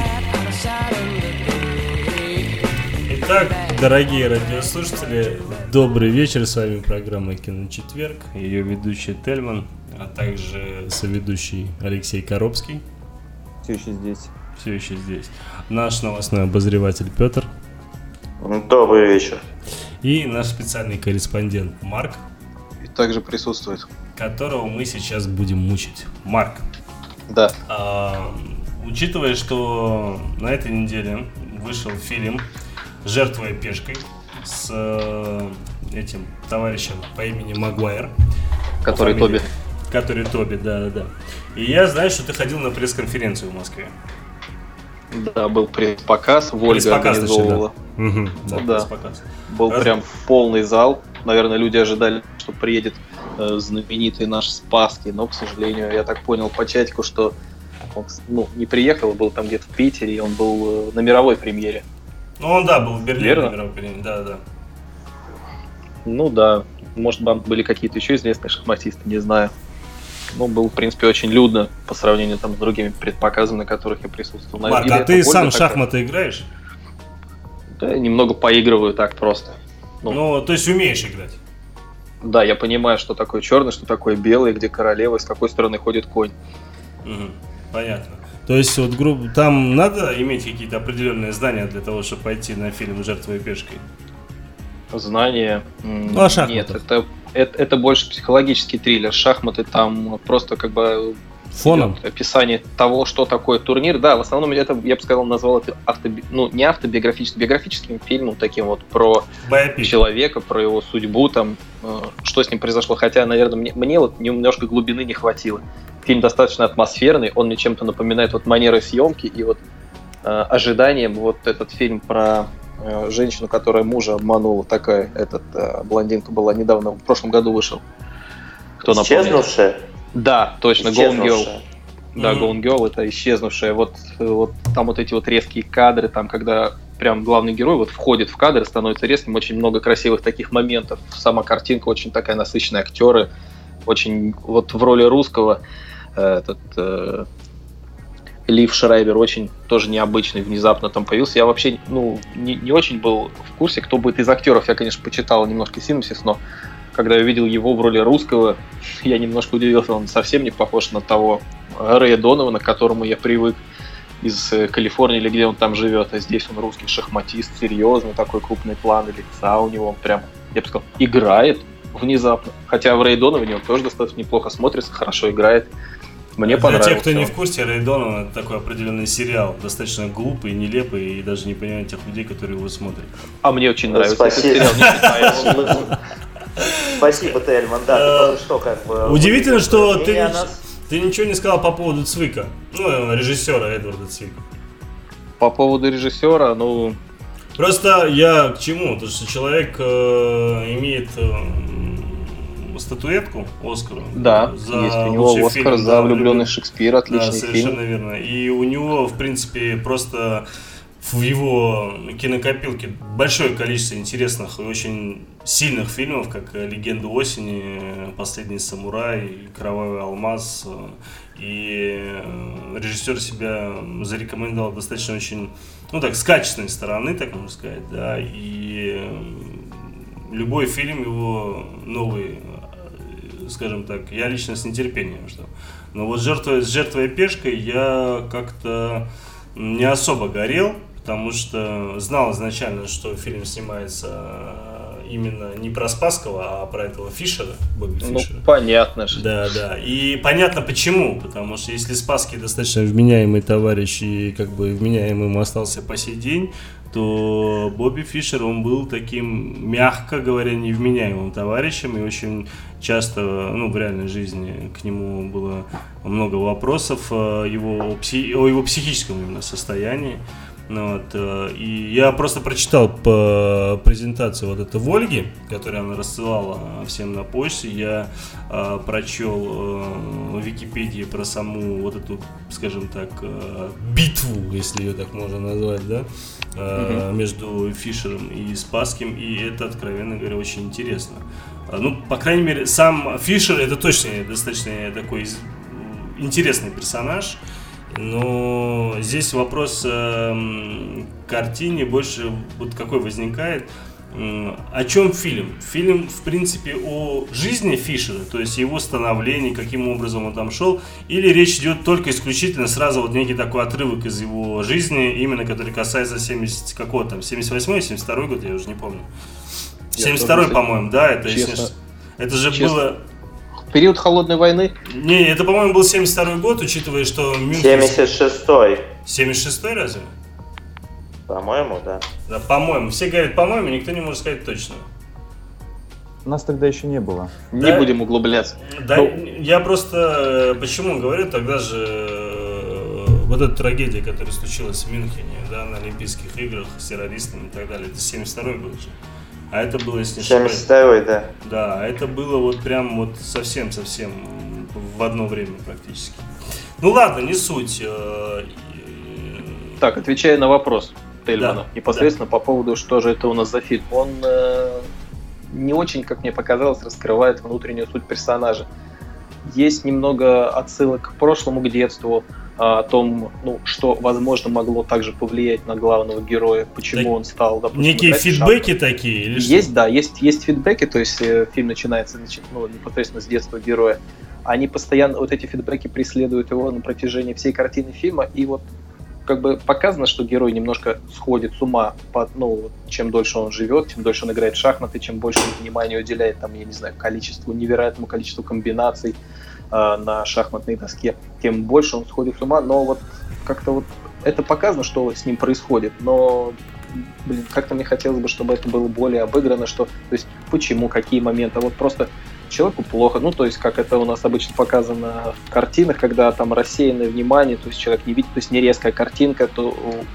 Итак, дорогие радиослушатели, добрый вечер. С вами программа «Киночетверг», ее ведущий Тельман, а также соведущий Алексей Коробский. Все еще здесь. Все еще здесь. Наш новостной обозреватель Петр. Добрый вечер. И наш специальный корреспондент Марк. И также присутствует. Которого мы сейчас будем мучить. Марк. Да. А, учитывая, что на этой неделе вышел фильм «Жертвуя пешкой» с э, этим товарищем по имени Магуайр. Который фамилии, Тоби. Который Тоби, да-да-да. И я знаю, что ты ходил на пресс-конференцию в Москве. Да, был пресс-показ, Вольга организовывала. Да. Угу, да, да. пресс-показ. Был Раз... прям полный зал. Наверное, люди ожидали, что приедет э, знаменитый наш Спасский, но, к сожалению, я так понял по чатику, что он ну, не приехал, был там где-то в Питере, и он был э, на мировой премьере. Ну, он, да, был в Берлине Верно? на мировой премьере, да-да. Ну да, может, там были какие-то еще известные шахматисты, не знаю. Ну, было, в принципе, очень людно по сравнению там, с другими предпоказами, на которых я присутствовал. Марк, Или а ты сам в такая? шахматы играешь? Да, немного поигрываю так просто. Ну, ну, то есть умеешь играть? Да, я понимаю, что такое черный, что такое белый, где королева, с какой стороны ходит конь. Угу, понятно. То есть, вот, грубо, там надо иметь какие-то определенные знания для того, чтобы пойти на фильм «Жертвуя пешкой»? Знания? Ну, а шахматы? Нет, это, это, это больше психологический триллер. Шахматы там просто как бы... Фоном? Описание того, что такое турнир. Да, в основном это, я бы сказал, назвал это автоби... ну, не автобиографическим, биографическим фильмом, таким вот про Байопик. Человека, про его судьбу, там, э, что с ним произошло. Хотя, наверное, мне, мне вот немножко глубины не хватило. Фильм достаточно атмосферный, он мне чем-то напоминает вот манерой съемки и вот э, ожиданием. Вот этот фильм про э, женщину, которая мужа обманула, такая, этот э, блондинка была недавно, в прошлом году вышел. Кто напомнит? Исчезнувшая? Да, точно, Gone Girl. Да, Mm-hmm. Gone Girl — это исчезнувшая. Вот, вот там вот эти вот резкие кадры, там, когда прям главный герой вот входит в кадр и становится резким, очень много красивых таких моментов. Сама картинка очень такая насыщенная, актеры. Очень вот в роли русского э, этот э, Лив Шрайбер очень тоже необычный, внезапно там появился. Я вообще ну, не, не очень был в курсе, кто будет из актеров. Я, конечно, почитал немножко синопсис, но когда я увидел его в роли русского, я немножко удивился, он совсем не похож на того Рэя Донована, к которому я привык из Калифорнии или где он там живет, а здесь он русский шахматист, серьезный, такой крупный план лица у него, он прям, я бы сказал, играет внезапно, хотя в Рэй Доноване он тоже достаточно неплохо смотрится, хорошо играет, мне Для понравилось. тех, кто не в курсе, Рэй Донован — это такой определенный сериал, достаточно глупый, нелепый и даже не понимает тех людей, которые его смотрят. А мне очень нравится Спасибо. этот сериал, не считаешь? Спасибо, Тельман, да, ты тоже что, как бы... Удивительно, что ты, мнение о нас. ты ничего не сказал по поводу Цвика, ну, режиссера Эдварда Цвика. По поводу режиссера, ну... Просто я к чему? Потому что человек э, имеет э, статуэтку Оскара. Да, за есть у него Оскар фильм, за да, «Влюбленный Шекспир», отличный да, совершенно фильм. верно. И у него, в принципе, просто в его кинокопилке большое количество интересных и очень сильных фильмов, как «Легенда осени», «Последний самурай», «Кровавый алмаз». И режиссер себя зарекомендовал достаточно очень, ну так, с качественной стороны, так можно сказать, да, и любой фильм его новый, скажем так, я лично с нетерпением жду. Но вот жертвой, с «Жертвой и пешкой» я как-то не особо горел, потому что знал изначально, что фильм снимается именно не про Спасского, а про этого Фишера, Бобби Фишера. Ну, понятно же. Да, да. И понятно почему, потому что если Спасский достаточно вменяемый товарищ и как бы вменяемым остался по сей день, то Бобби Фишер, он был таким, мягко говоря, невменяемым товарищем, и очень часто, ну, в реальной жизни к нему было много вопросов о его, о пси, о его психическом именно состоянии. Вот, и я просто прочитал по презентации вот это Вольги, которую она рассылала всем на почте. Я э, прочел э, в Википедии про саму вот эту, скажем так, э, битву, если ее так можно назвать, да, э, mm-hmm. между Фишером и Спасским, и это, откровенно говоря, очень интересно. Ну, по крайней мере, сам Фишер — это точно достаточно такой интересный персонаж. Но здесь вопрос э, к картине больше вот какой возникает. Э, о чем фильм? Фильм, в принципе, о жизни Фишера, то есть его становлении, каким образом он там шел, или речь идет только исключительно сразу вот некий такой отрывок из его жизни, именно который касается семьдесят какого там, семьдесят восьмой, семьдесят второй год, я уже не помню. семьдесят второй, по-моему, да, это, если, это же честно. было... Период холодной войны? Не, это, по-моему, был семьдесят второй год, учитывая, что Мюнхен... семьдесят шестой. семьдесят шестой разве? По-моему, да. Да, по-моему. Все говорят по-моему, никто не может сказать точно. Нас тогда еще не было. Не да, будем углубляться. Да, ну, я просто... Почему говорю, тогда же вот эта трагедия, которая случилась в Мюнхене, да, на Олимпийских играх с террористами и так далее, это семьдесят второй год же. А это было, если не ошибаюсь... семьдесят второй, да. Да, это было вот прям вот совсем-совсем в одно время практически. Ну ладно, не суть. Так, отвечая на вопрос Тельмана, да, непосредственно да. по поводу, что же это у нас за фильм. Он э, не очень, как мне показалось, раскрывает внутреннюю суть персонажа. Есть немного отсылок к прошлому, к детству, о том, ну, что, возможно, могло также повлиять на главного героя, почему так, он стал, допустим, некие фидбэки шапку. Такие? Или есть, что? Да, есть, есть фидбэки, то есть э, фильм начинается ну, непосредственно с детства героя. Они постоянно, вот эти фидбэки преследуют его на протяжении всей картины фильма, и вот как бы показано, что герой немножко сходит с ума, под, ну, чем дольше он живет, чем дольше он играет в шахматы, чем больше внимания уделяет, там, я не знаю, количеству, невероятному количеству комбинаций э, на шахматной доске, тем больше он сходит с ума, но вот как-то вот это показано, что с ним происходит, но, блин, как-то мне хотелось бы, чтобы это было более обыграно, что, то есть, почему, какие моменты, вот просто человеку плохо, ну, то есть, как это у нас обычно показано в картинах, когда там рассеянное внимание, то есть, человек не видит, то есть, не резкая картинка, то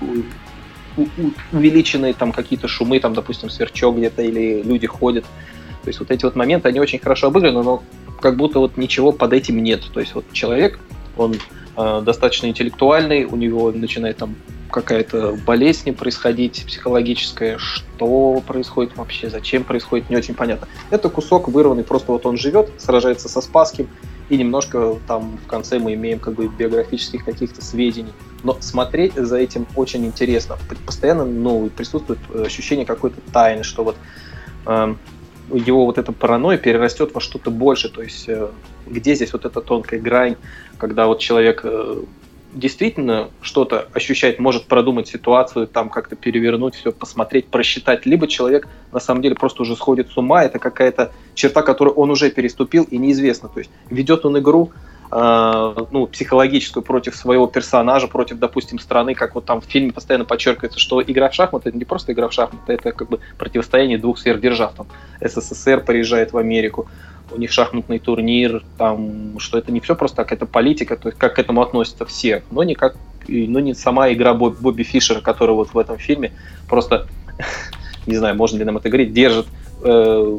у, у, увеличенные там какие-то шумы, там, допустим, сверчок где-то, или люди ходят, то есть, вот эти вот моменты, они очень хорошо обыграны, но как будто вот ничего под этим нет, то есть, вот человек, он э, достаточно интеллектуальный, у него начинает там какая-то болезнь происходить психологическая, что происходит вообще, зачем происходит, не очень понятно. Это кусок вырванный, просто вот он живет, сражается со Спасским, и немножко там в конце мы имеем как бы биографических каких-то сведений. Но смотреть за этим очень интересно. Постоянно ну, присутствует ощущение какой-то тайны, что вот э, его вот эта паранойя перерастет во что-то больше. То есть э, где здесь вот эта тонкая грань, когда вот человек... Э, действительно что-то ощущать, может продумать ситуацию, там как-то перевернуть все, посмотреть, просчитать. Либо человек на самом деле просто уже сходит с ума, это какая-то черта, которую он уже переступил и неизвестно. То есть ведет он игру э, ну, психологическую против своего персонажа, против, допустим, страны, как вот там в фильме постоянно подчеркивается, что игра в шахматы — это не просто игра в шахматы, это как бы противостояние двух сверхдержав. Там СССР приезжает в Америку, у них шахматный турнир, там, что это не все просто так, это политика, то есть как к этому относятся все, но не, как, но не сама игра Боб, Бобби Фишера, который вот в этом фильме просто, не знаю, можно ли нам это говорить, держит э,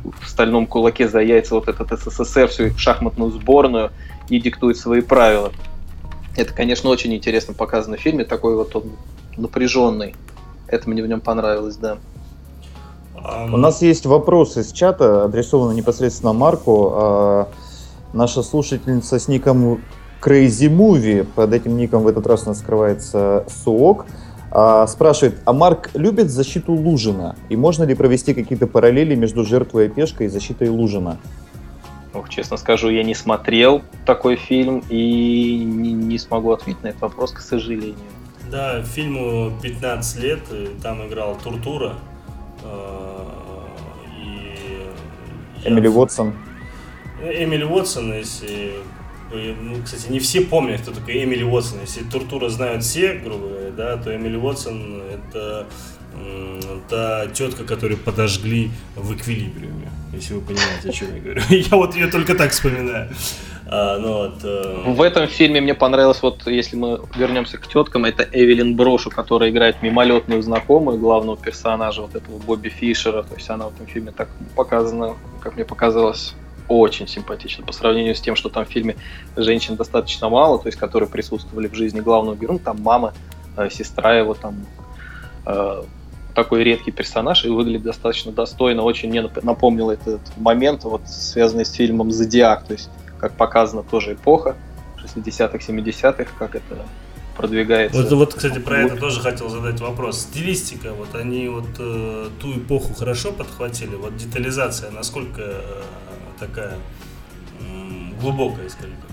в стальном кулаке за яйца вот этот СССР, всю их шахматную сборную и диктует свои правила. Это, конечно, очень интересно показано в фильме, такой вот он напряженный. Это мне в нем понравилось, да. У нас есть вопрос из чата, адресованный непосредственно Марку. Наша слушательница с ником Crazy Movie, под этим ником в этот раз у нас скрывается Суок, спрашивает, а Марк любит защиту Лужина? И можно ли провести какие-то параллели между «Жертвой и пешкой» и защитой Лужина? Ох, честно скажу, я не смотрел такой фильм и не, не смогу ответить на этот вопрос, к сожалению. Да, фильму пятнадцать лет, там играл Туртура. И Эмили Уотсон. Эмили Уотсон, если... Ну, кстати, не все помнят, кто такой Эмили Уотсон. Если Туртура знают все, грубо говоря, да, то Эмили Уотсон — это та тетка, которую подожгли в «Эквилибриуме», если вы понимаете, о чем я говорю. Я вот ее только так вспоминаю. А, ну, вот, э... В этом фильме мне понравилось, вот если мы вернемся к теткам, это Эвелин Брошу, которая играет мимолетную знакомую главного персонажа, вот этого Бобби Фишера. То есть она в этом фильме так показана, как мне показалось, очень симпатично по сравнению с тем, что там в фильме женщин достаточно мало, то есть которые присутствовали в жизни главного героя. Там мама, сестра его, там э, такой редкий персонаж и выглядит достаточно достойно. Очень мне напомнил этот момент, вот, связанный с фильмом «Зодиак», то есть как показана тоже эпоха шестидесятых, семидесятых, как это продвигается. Вот, вот, кстати, про это тоже хотел задать вопрос. Стилистика, вот они вот э, ту эпоху хорошо подхватили, вот детализация насколько э, такая э, глубокая, скажем так?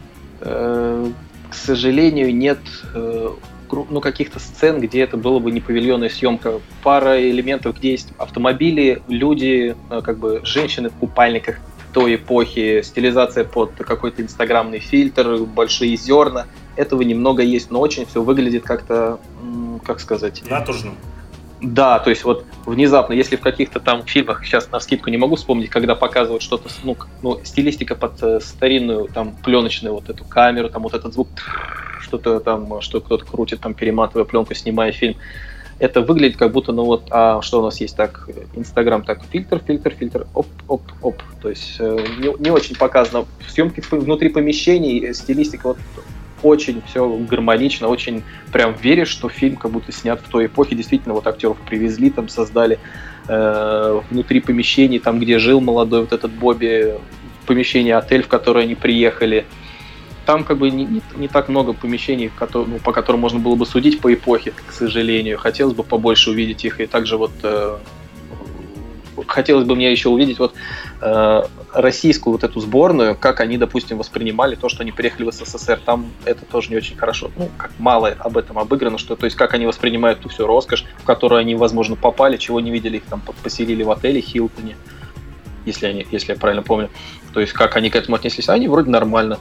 Э, к сожалению, нет э, ну, каких-то сцен, где это было бы не павильонная съемка. Пара элементов, где есть автомобили, люди, э, как бы женщины в купальниках той эпохи, стилизация под какой-то инстаграмный фильтр, большие зерна. Этого немного есть, но очень все выглядит как-то, как сказать... Натужно. Да, то есть вот внезапно, если в каких-то там фильмах, сейчас навскидку не могу вспомнить, когда показывают что-то, ну, ну стилистика под э, старинную, там, пленочную вот эту камеру, там вот этот звук, что-то там, что кто-то крутит, там, перематывая пленку, снимая фильм. Это выглядит как будто, ну вот, а что у нас есть, так, Инстаграм, так, фильтр, фильтр, фильтр, оп, оп, оп. То есть э, не, не очень показано. Съемки внутри помещений, стилистика вот очень все гармонично, очень прям веришь, что фильм как будто снят в той эпохе. Действительно, вот актеров привезли, там создали э, внутри помещений, там, где жил молодой вот этот Бобби, помещение, отель, в которое они приехали. Там как бы не, не, не так много помещений, которые, ну, по которым можно было бы судить по эпохе, к сожалению. Хотелось бы побольше увидеть их. И также вот э, хотелось бы мне еще увидеть вот э, российскую вот эту сборную, как они, допустим, воспринимали то, что они приехали в СССР. Там это тоже не очень хорошо. Ну, как мало об этом обыграно, что, то есть как они воспринимают ту всю роскошь, в которую они, возможно, попали, чего не видели, их там поселили в отеле Хилтоне, если, они, если я правильно помню. То есть как они к этому отнеслись. Они вроде нормально.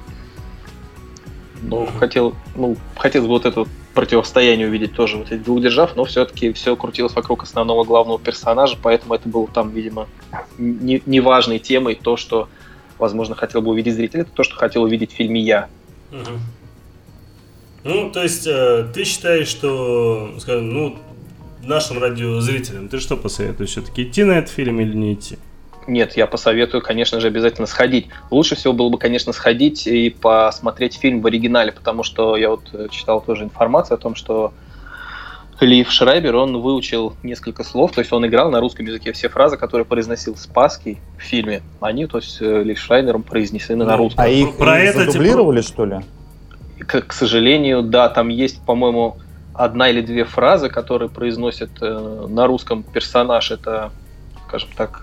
Ну, хотел, ну, хотелось бы вот это вот противостояние увидеть тоже, вот этих двух держав, но все-таки все крутилось вокруг основного главного персонажа, поэтому это было там, видимо, не, не важной темой. То, что, возможно, хотел бы увидеть зритель, это то, что хотел увидеть в фильме я. Угу. Ну, то есть, э, ты считаешь, что, скажем, ну, нашим радиозрителям, ты что посоветуешь, все-таки идти на этот фильм или не идти? Нет, я посоветую, конечно же, обязательно сходить. Лучше всего было бы, конечно, сходить и посмотреть фильм в оригинале, потому что я вот читал тоже информацию о том, что Лив Шрайбер, он выучил несколько слов, то есть он играл на русском языке все фразы, которые произносил Спасский в фильме, они, то есть Лив Шрайбером произнесены на русском. А их, Про их это задублировали, типа... что ли? К, к сожалению, да, там есть, по-моему, одна или две фразы, которые произносит э, на русском персонаж, это, скажем так...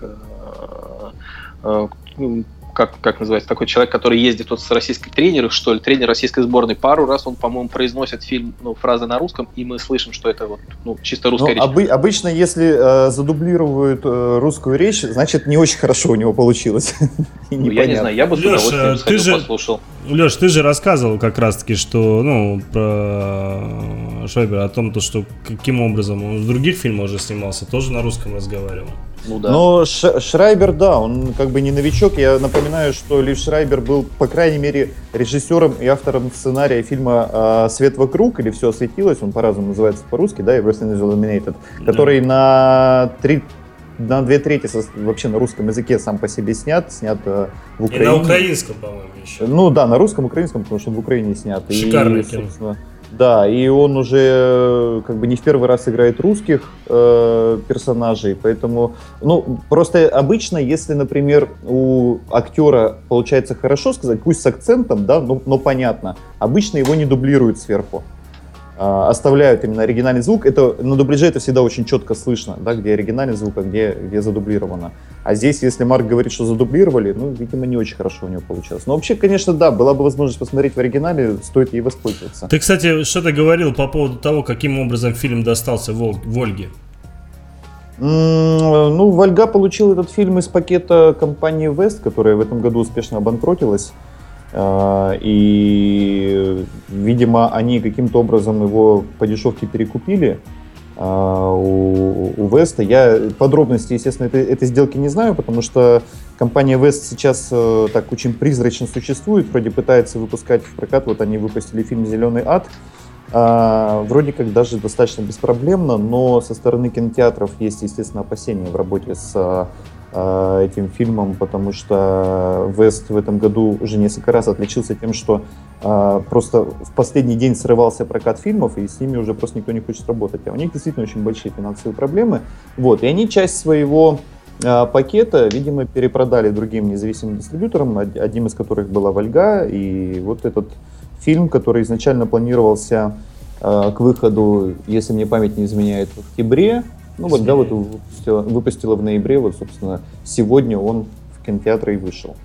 Как, как называется, такой человек, который ездит вот с российской тренером, что ли, тренер российской сборной, пару раз он, по-моему, произносит фильм, ну, фразы на русском, и мы слышим, что это вот, ну, чисто русская речь. Обы- обычно, если э, задублируют э, русскую речь, значит, не очень хорошо у него получилось. Ну, я не знаю, я бы с удовольствием сходил, же, послушал. Леш, ты же рассказывал как раз-таки, что, ну, про Шрайбера, о том, то, что каким образом он в других фильмах уже снимался, тоже на русском разговаривал. Ну, да. Но Ш- Шрайбер, да, он как бы не новичок. Я напоминаю, что Лив Шрайбер был, по крайней мере, режиссером и автором сценария фильма э, «Свет вокруг» или «Все осветилось», он по-разному называется по-русски, да, Everything is Illuminated, да. Который на три, на две трети вообще на русском языке сам по себе снят, снят э, в Украине. И на украинском, по-моему, еще. Ну да, на русском, украинском, потому что он в Украине снят. Шикарный кино. Да, и он уже как бы не в первый раз играет русских э, персонажей, поэтому, ну, просто обычно, если, например, у актера получается хорошо сказать, пусть с акцентом, да, но, но понятно, обычно его не дублируют сверху, э, оставляют именно оригинальный звук. Это на дубляже это всегда очень четко слышно, да, где оригинальный звук, а где, где задублировано. А здесь, если Марк говорит, что задублировали, ну, видимо, не очень хорошо у него получилось. Но вообще, конечно, да, была бы возможность посмотреть в оригинале, стоит ей воспользоваться. Ты, кстати, что-то говорил по поводу того, каким образом фильм достался Вол- Вольге? Mm, ну, Вольга получил этот фильм из пакета компании West, которая в этом году успешно обанкротилась. И, видимо, они каким-то образом его по дешевке перекупили. У, у Веста. Я подробности, естественно, этой, этой сделки не знаю, потому что компания West сейчас э, так очень призрачно существует, вроде пытается выпускать в прокат, вот они выпустили фильм «Зеленый ад», э, вроде как даже достаточно беспроблемно, но со стороны кинотеатров есть, естественно, опасения в работе с э, этим фильмом, потому что West в этом году уже несколько раз отличился тем, что Uh, просто в последний день срывался прокат фильмов, и с ними уже просто никто не хочет работать. А у них действительно очень большие финансовые проблемы. Вот. И они часть своего uh, пакета, видимо, перепродали другим независимым дистрибьюторам, одним из которых была Вольга. И вот этот фильм, который изначально планировался uh, к выходу, если мне память не изменяет, в октябре, ну, Вольга вот выпустила, выпустила в ноябре, вот, собственно, сегодня он в кинотеатры и вышел.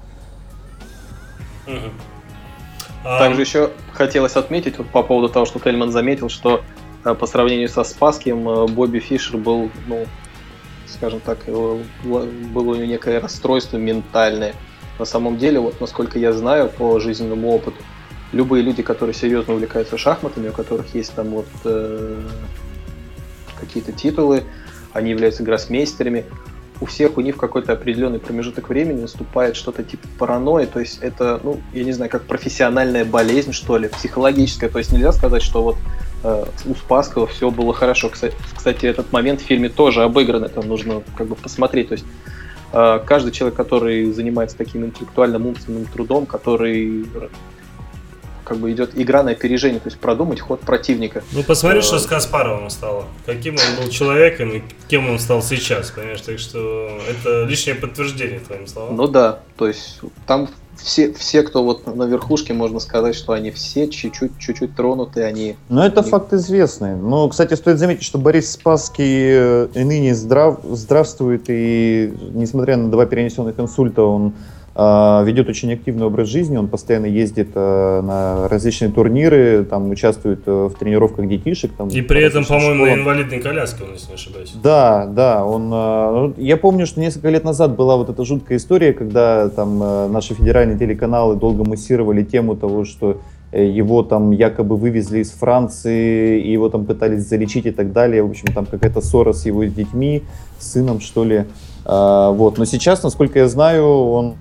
Mm-hmm. Также еще хотелось отметить вот по поводу того, что Тельман заметил, что э, по сравнению со Спасским э, Бобби Фишер был, ну, скажем так, э, было у него некое расстройство ментальное. На самом деле, вот насколько я знаю по жизненному опыту, любые люди, которые серьезно увлекаются шахматами, у которых есть там вот э, какие-то титулы, они являются гроссмейстерами, у всех у них в какой-то определенный промежуток времени наступает что-то типа паранойи, то есть это, ну, я не знаю, как профессиональная болезнь, что ли, психологическая, то есть нельзя сказать, что вот э, у Спасского все было хорошо. Кстати, кстати, этот момент в фильме тоже обыгран, это нужно как бы посмотреть, то есть э, каждый человек, который занимается таким интеллектуальным умственным трудом, который как бы идет игра на опережение, то есть продумать ход противника. Ну, посмотри, что с Каспаровым стало. Каким он был человеком и кем он стал сейчас, понимаешь? Так что это лишнее подтверждение твоим словам. Ну да, то есть там все, все, кто вот на верхушке, можно сказать, что они все чуть-чуть, чуть-чуть тронуты, они... Ну, это факт известный. Но, кстати, стоит заметить, что Борис Спасский и ныне здрав... здравствует, и, несмотря на два перенесенных инсульта, он Uh, ведет очень активный образ жизни, он постоянно ездит uh, на различные турниры, там участвует uh, в тренировках детишек. Там, и при этом, по-моему, школам. На инвалидной коляске, он, если не ошибаюсь. Да, да, он, uh, я помню, что несколько лет назад была вот эта жуткая история, когда там uh, наши федеральные телеканалы долго муссировали тему того, что его там якобы вывезли из Франции, и его там пытались залечить и так далее. В общем, там какая-то ссора с его детьми, с сыном, что ли. Uh, вот. Но сейчас, насколько я знаю, он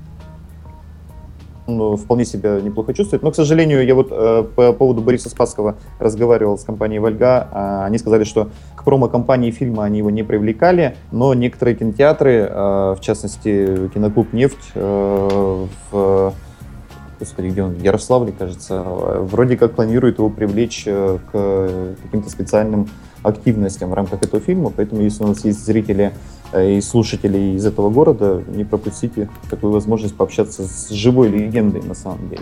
вполне себя неплохо чувствует. Но, к сожалению, я вот э, по поводу Бориса Спасского разговаривал с компанией Вольга. Э, они сказали, что к промо-компании фильма они его не привлекали, но некоторые кинотеатры, э, в частности, киноклуб «Нефть» э, в, господи, где он, в Ярославле, кажется, вроде как планируют его привлечь э, к каким-то специальным активностям в рамках этого фильма. Поэтому, если у нас есть зрители и слушателей из этого города, не пропустите такую возможность пообщаться с живой легендой на самом деле.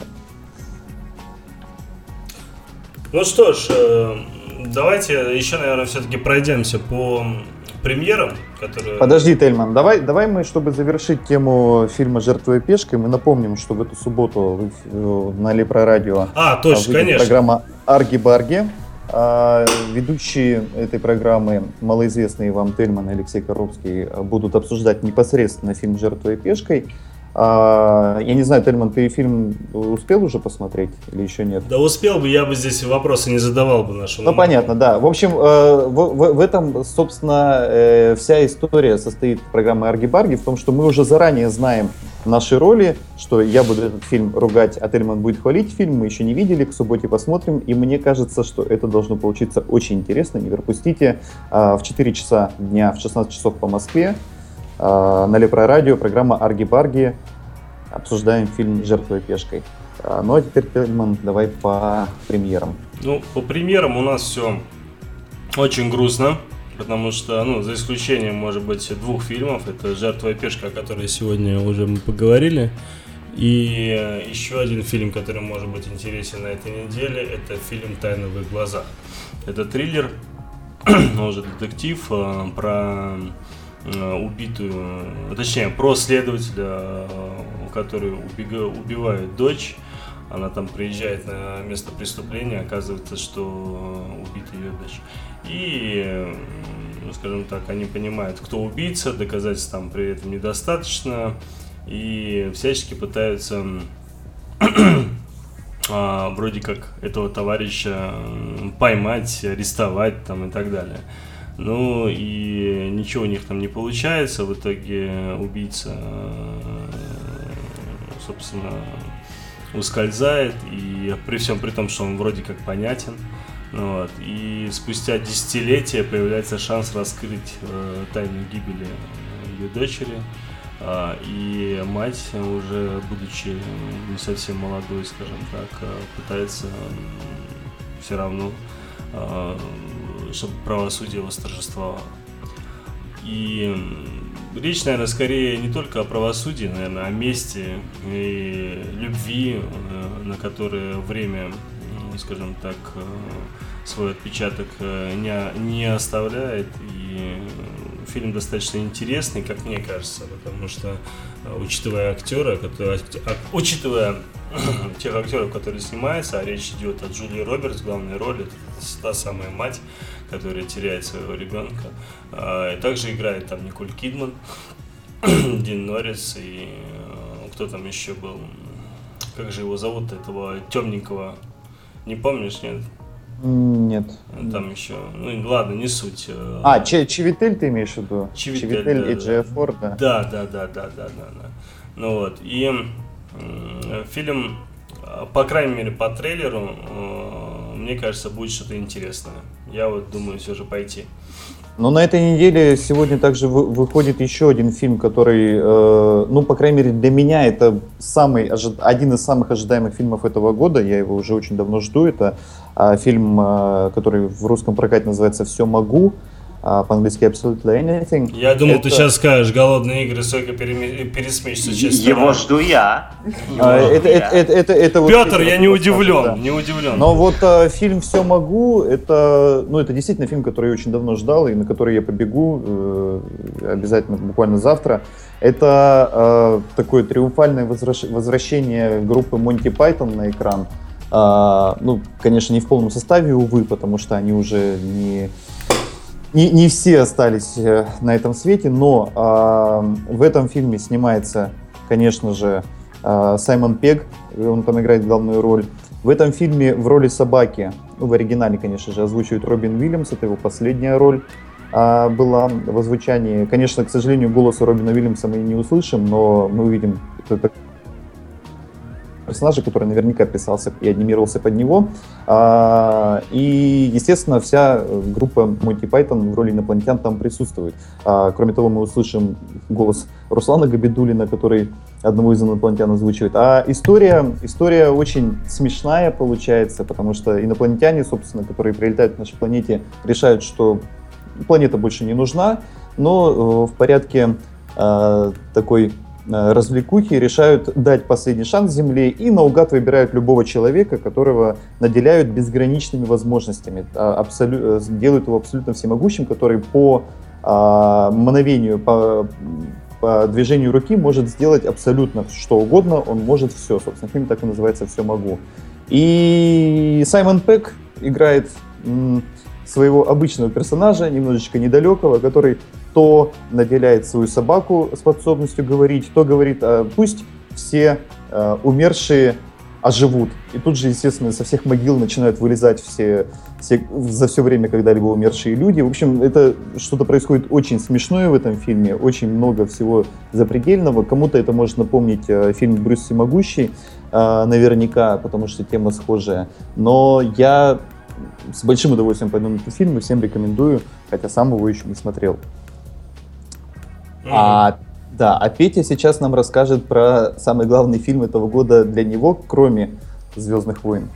Ну что ж, давайте еще, наверное, все-таки пройдемся по премьерам, которые... Подожди, Тельман, давай, давай мы, чтобы завершить тему фильма «Жертвуя пешкой», мы напомним, что в эту субботу на Лепро Радио а, точно, конечно. Программа «Арги-барги». А ведущие этой программы, малоизвестные вам Тельман и Алексей Коробский, будут обсуждать непосредственно фильм «Жертвуя пешкой». А, я не знаю, Тельман, ты фильм успел уже посмотреть или еще нет? Да успел бы, я бы здесь вопросы не задавал бы нашему. Ну, понятно, да. В общем, в, в, в этом, собственно, вся история состоит программы «Арги-барги», в том, что мы уже заранее знаем наши роли, что я буду этот фильм ругать, а Тельман будет хвалить фильм, мы еще не видели, к субботе посмотрим, и мне кажется, что это должно получиться очень интересно, не пропустите. В четыре часа дня, в шестнадцать часов по Москве, На Лепро Радио программа «Арги-барги». Обсуждаем фильм «Жертвуя пешкой». Ну а теперь, Тельман, давай по премьерам. Ну, по премьерам у нас все очень грустно, потому что, ну, за исключением, может быть, двух фильмов. Это «Жертвуя пешка», о которой сегодня уже мы поговорили. И еще один фильм, который может быть интересен на этой неделе, это фильм «Тайна в их глазах». Это триллер, он уже детектив, про убитую, точнее, про следователя, который убега, убивает дочь. Она там приезжает на место преступления, оказывается, что убита ее дочь. И, скажем так, они понимают, кто убийца, доказательств там при этом недостаточно. И всячески пытаются а, вроде как этого товарища поймать, арестовать там и так далее. Ну и ничего у них там не получается. В итоге убийца, собственно, ускользает. И при всем при том, что он вроде как понятен. Вот, и спустя десятилетия появляется шанс раскрыть э, тайну гибели ее дочери. И мать, уже будучи не совсем молодой, скажем так, пытается все равно, чтобы правосудие восторжествовало. И речь, наверное, скорее не только о правосудии, наверное, о мести и любви, на которые время, скажем так, свой отпечаток не, не оставляет. И фильм достаточно интересный, как мне кажется, потому что, учитывая актера, который, учитывая тех актеров, которые снимаются, а речь идет о Джулии Робертс в главной роли, это та самая мать, которая теряет своего ребенка. И также играет там Николь Кидман, Дин Норрис и кто там еще был, как же его зовут, этого темненького, не помнишь, нет? Нет. Там еще, ну ладно, не суть. А, Чивитель ты имеешь в виду? Чивитель, Чивитель да, и Джеффор, да. Да, да, да, да, да, да, да. Ну вот, и э, фильм, по крайней мере, по трейлеру, э, мне кажется, будет что-то интересное. Я вот думаю все же пойти. Но на этой неделе сегодня также вы, выходит еще один фильм, который, э, ну, по крайней мере, для меня это самый, один из самых ожидаемых фильмов этого года. Я его уже очень давно жду. Это э, фильм, э, который в русском прокате называется «Все могу». По-английски Absolutely Anything. Я думал, это... ты сейчас скажешь «Голодные игры», Сойка пересмеешься. Его жду я. А, это, это, это, это, это вот Петр, я не расскажу, удивлен, да. не удивлен. Но вот а, фильм «Все могу», это, ну, это действительно фильм, который я очень давно ждал и на который я побегу э, обязательно буквально завтра. Это э, такое триумфальное возвращ... возвращение группы Монти Пайтон на экран. А, ну, конечно, не в полном составе, увы, потому что они уже не... Не, не все остались на этом свете, но э, в этом фильме снимается, конечно же, э, Саймон Пегг, он там играет главную роль. В этом фильме в роли собаки, ну, в оригинале, конечно же, озвучивает Робин Уильямс, это его последняя роль э, была в озвучании. Конечно, к сожалению, голоса Робина Уильямса мы не услышим, но мы увидим это персонажа, который наверняка писался и анимировался под него. И, естественно, вся группа Монти Пайтон в роли инопланетян там присутствует. Кроме того, мы услышим голос Руслана Габидуллина, который одного из инопланетян озвучивает. А история, история очень смешная получается, потому что инопланетяне, собственно, которые прилетают к нашей планете, решают, что планета больше не нужна, но в порядке такой развлекухи решают дать последний шанс Земле и наугад выбирают любого человека, которого наделяют безграничными возможностями, абсолю... делают его абсолютно всемогущим, который по а, мгновению, по, по движению руки может сделать абсолютно что угодно, он может все. Собственно, фильм так и называется «Все могу». И Саймон Пегг играет м, своего обычного персонажа, немножечко недалекого, который то наделяет свою собаку способностью говорить, то говорит, а, пусть все а, умершие оживут. И тут же, естественно, со всех могил начинают вылезать все, все за все время когда-либо умершие люди. В общем, это что-то происходит очень смешное в этом фильме, очень много всего запредельного. Кому-то это может напомнить а, фильм «Брюс Всемогущий», а, наверняка, потому что тема схожая. Но я с большим удовольствием пойду на этот фильм и всем рекомендую, хотя сам его еще не смотрел. Mm. А, да, а Петя сейчас нам расскажет про самый главный фильм этого года для него, кроме «Звездных войн».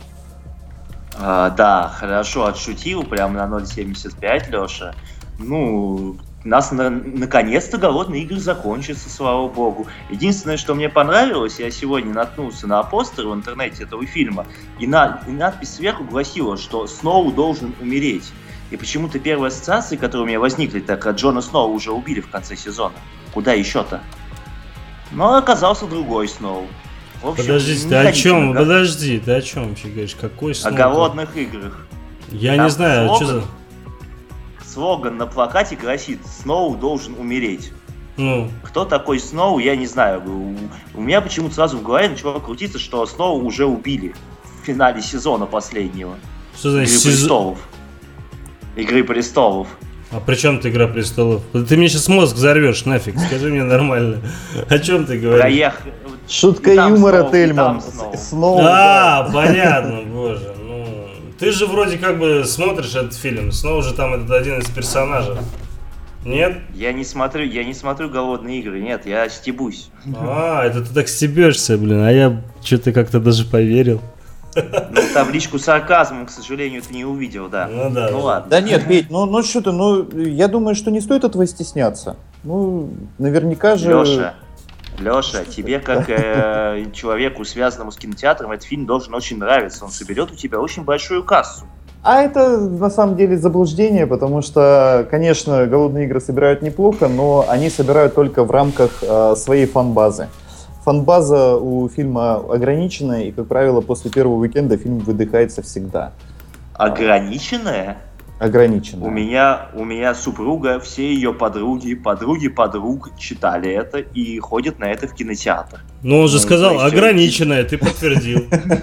А, да, хорошо отшутил, прям на ноль семьдесят пять, Леша. Ну, у нас на- наконец-то «Голодные игры» закончатся, слава богу. Единственное, что мне понравилось, я сегодня наткнулся на постер в интернете этого фильма, и, на- и надпись сверху гласила, что Сноу должен умереть. И почему-то первые ассоциации, которые у меня возникли, так как Джона Сноу уже убили в конце сезона. Куда еще-то? Но оказался другой Сноу. В общем, Подожди, не ты о ходите чем? на го- Подожди, ты о чем вообще говоришь? Какой О Сноу? «Голодных играх». Я Там не знаю, что слоган- за... Слоган на плакате гласит «Сноу должен умереть». Ну, Кто такой Сноу, я не знаю. У, у меня почему-то сразу в голове начало крутиться, что Сноу уже убили в финале сезона последнего. что за Игры сезон? престолов. Игры престолов. А при чем ты «Игра престолов»? Ты мне сейчас мозг взорвешь, нафиг, скажи мне нормально. О чем ты говоришь? Проех... Шутка И там юмора, Сноу, и Тельман. там Сноу. Сноу, А, да. понятно, боже. Ну, ты же вроде как бы смотришь этот фильм. Снова же там этот один из персонажей. Нет? Я не смотрю, я не смотрю «Голодные игры», нет, я стебусь. А, это ты так стебешься, блин. А я что-то как-то даже поверил. Ну, табличку сарказмом, к сожалению, ты не увидел, да. Ну да. Ну ладно. Да нет, Петь, ну, ну что ты, ну я думаю, что не стоит этого стесняться. Ну, наверняка же... Леша, Леша, тебе как э, человеку, связанному с кинотеатром, этот фильм должен очень нравиться. Он соберет у тебя очень большую кассу. А это на самом деле заблуждение, потому что, конечно, «Голодные игры» собирают неплохо, но они собирают только в рамках э, своей фан-базы. Фан-база у фильма ограниченная, и, как правило, после первого уикенда фильм выдыхается всегда. Ограниченная? Ограниченная. У меня, у меня супруга, все ее подруги, подруги подруг читали это и ходят на это в кинотеатр. Ну, он же Ну, сказал, то есть, ограниченное, ты подтвердил.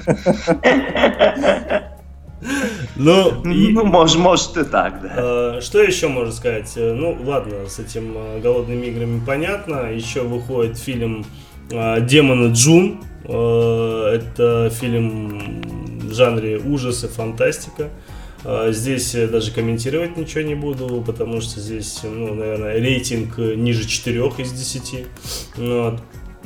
Ну, и- Ну, может, может и так, да. Э, Что еще можно сказать? Э, Ну, ладно, с этим э, «Голодными играми» понятно. Еще выходит фильм э, «Демоны Джун». Э, Это фильм в жанре ужасы, фантастика. Э, Здесь э, даже комментировать ничего не буду, потому что здесь, ну, наверное, рейтинг э, ниже четырех из десяти. Вот.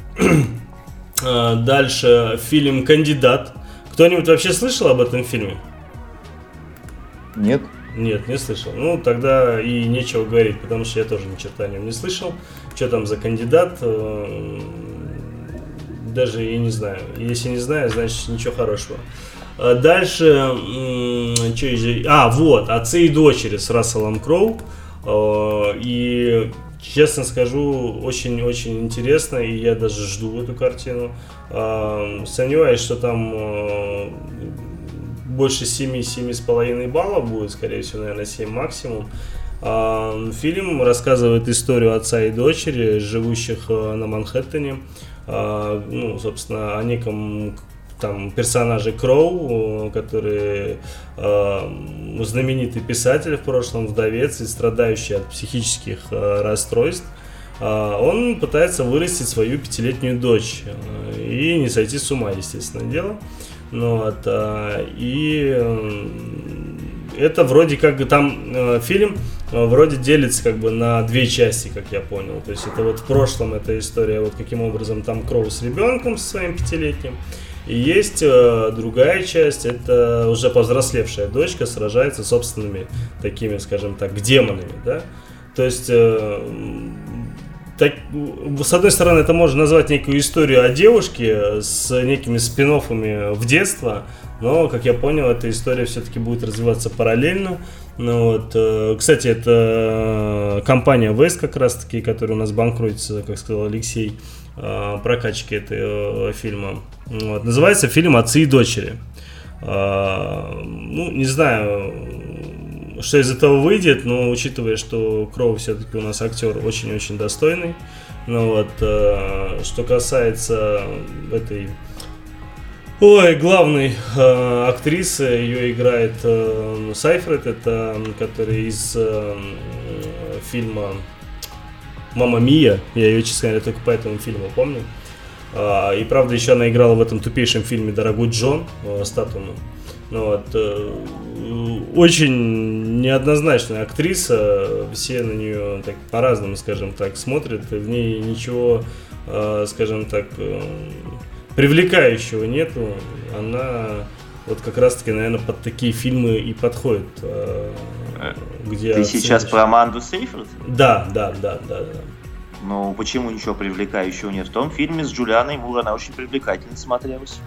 Э, Дальше фильм «Кандидат». Кто-нибудь вообще слышал об этом фильме? Нет? Нет, не слышал. Ну, тогда и нечего говорить, потому что я тоже ни черта о нем не слышал. Что там за кандидат, э, даже и не знаю. Если не знаю, значит ничего хорошего. А дальше, м, что еще? А, вот, «Отцы и дочери» с Расселом Кроу. Э, И, честно скажу, очень-очень интересно, и я даже жду эту картину. Э, Сомневаюсь, что там э, больше семь-семь с половиной баллов будет, скорее всего, наверное, семь максимум. А, Фильм рассказывает историю отца и дочери, живущих э, на Манхэттене. А, Ну, собственно, о неком там персонаже Кроу, который э, знаменитый писатель в прошлом, вдовец и страдающий от психических э, расстройств. А, Он пытается вырастить свою пятилетнюю дочь э, и не сойти с ума, естественно, дело. Ну, вот, а, и э, это вроде как там э, фильм э, вроде делится как бы на две части, как я понял. То есть это вот в прошлом эта история, вот каким образом там Кроу с ребенком, со своим пятилетним. И есть э, другая часть, это уже повзрослевшая дочка сражается с собственными такими, скажем так, демонами, да. То есть э, так, с одной стороны, это можно назвать некую историю о девушке с некими спин-оффами в детство, но, как я понял, эта история все-таки будет развиваться параллельно. Ну, вот, кстати, это компания West как раз-таки, которая у нас банкротится, как сказал Алексей, прокачки этого фильма. Вот. Называется фильм «Отцы и дочери». Ну, не знаю, что из этого выйдет, но учитывая, что Кроу все-таки у нас актер очень-очень достойный. Ну вот, э, что касается этой, ой, главной э, актрисы, ее играет э, Сайфред, это который из э, фильма «Мамма Мия», я ее, честно говоря, только по этому фильму помню. Э, и правда, еще она играла в этом тупейшем фильме «Дорогой Джон» э, Статума. Ну, вот, э, очень неоднозначная актриса, все на нее так по-разному, скажем так, смотрят, и в ней ничего, э, скажем так, э, привлекающего нету. Она вот как раз-таки, наверное, под такие фильмы и подходит. Э, где Ты сейчас про Аманду Сейфрид? Да, да, да, да, да. Ну, почему ничего привлекающего нет? В том фильме с Джулианой Мур она очень привлекательно смотрелась.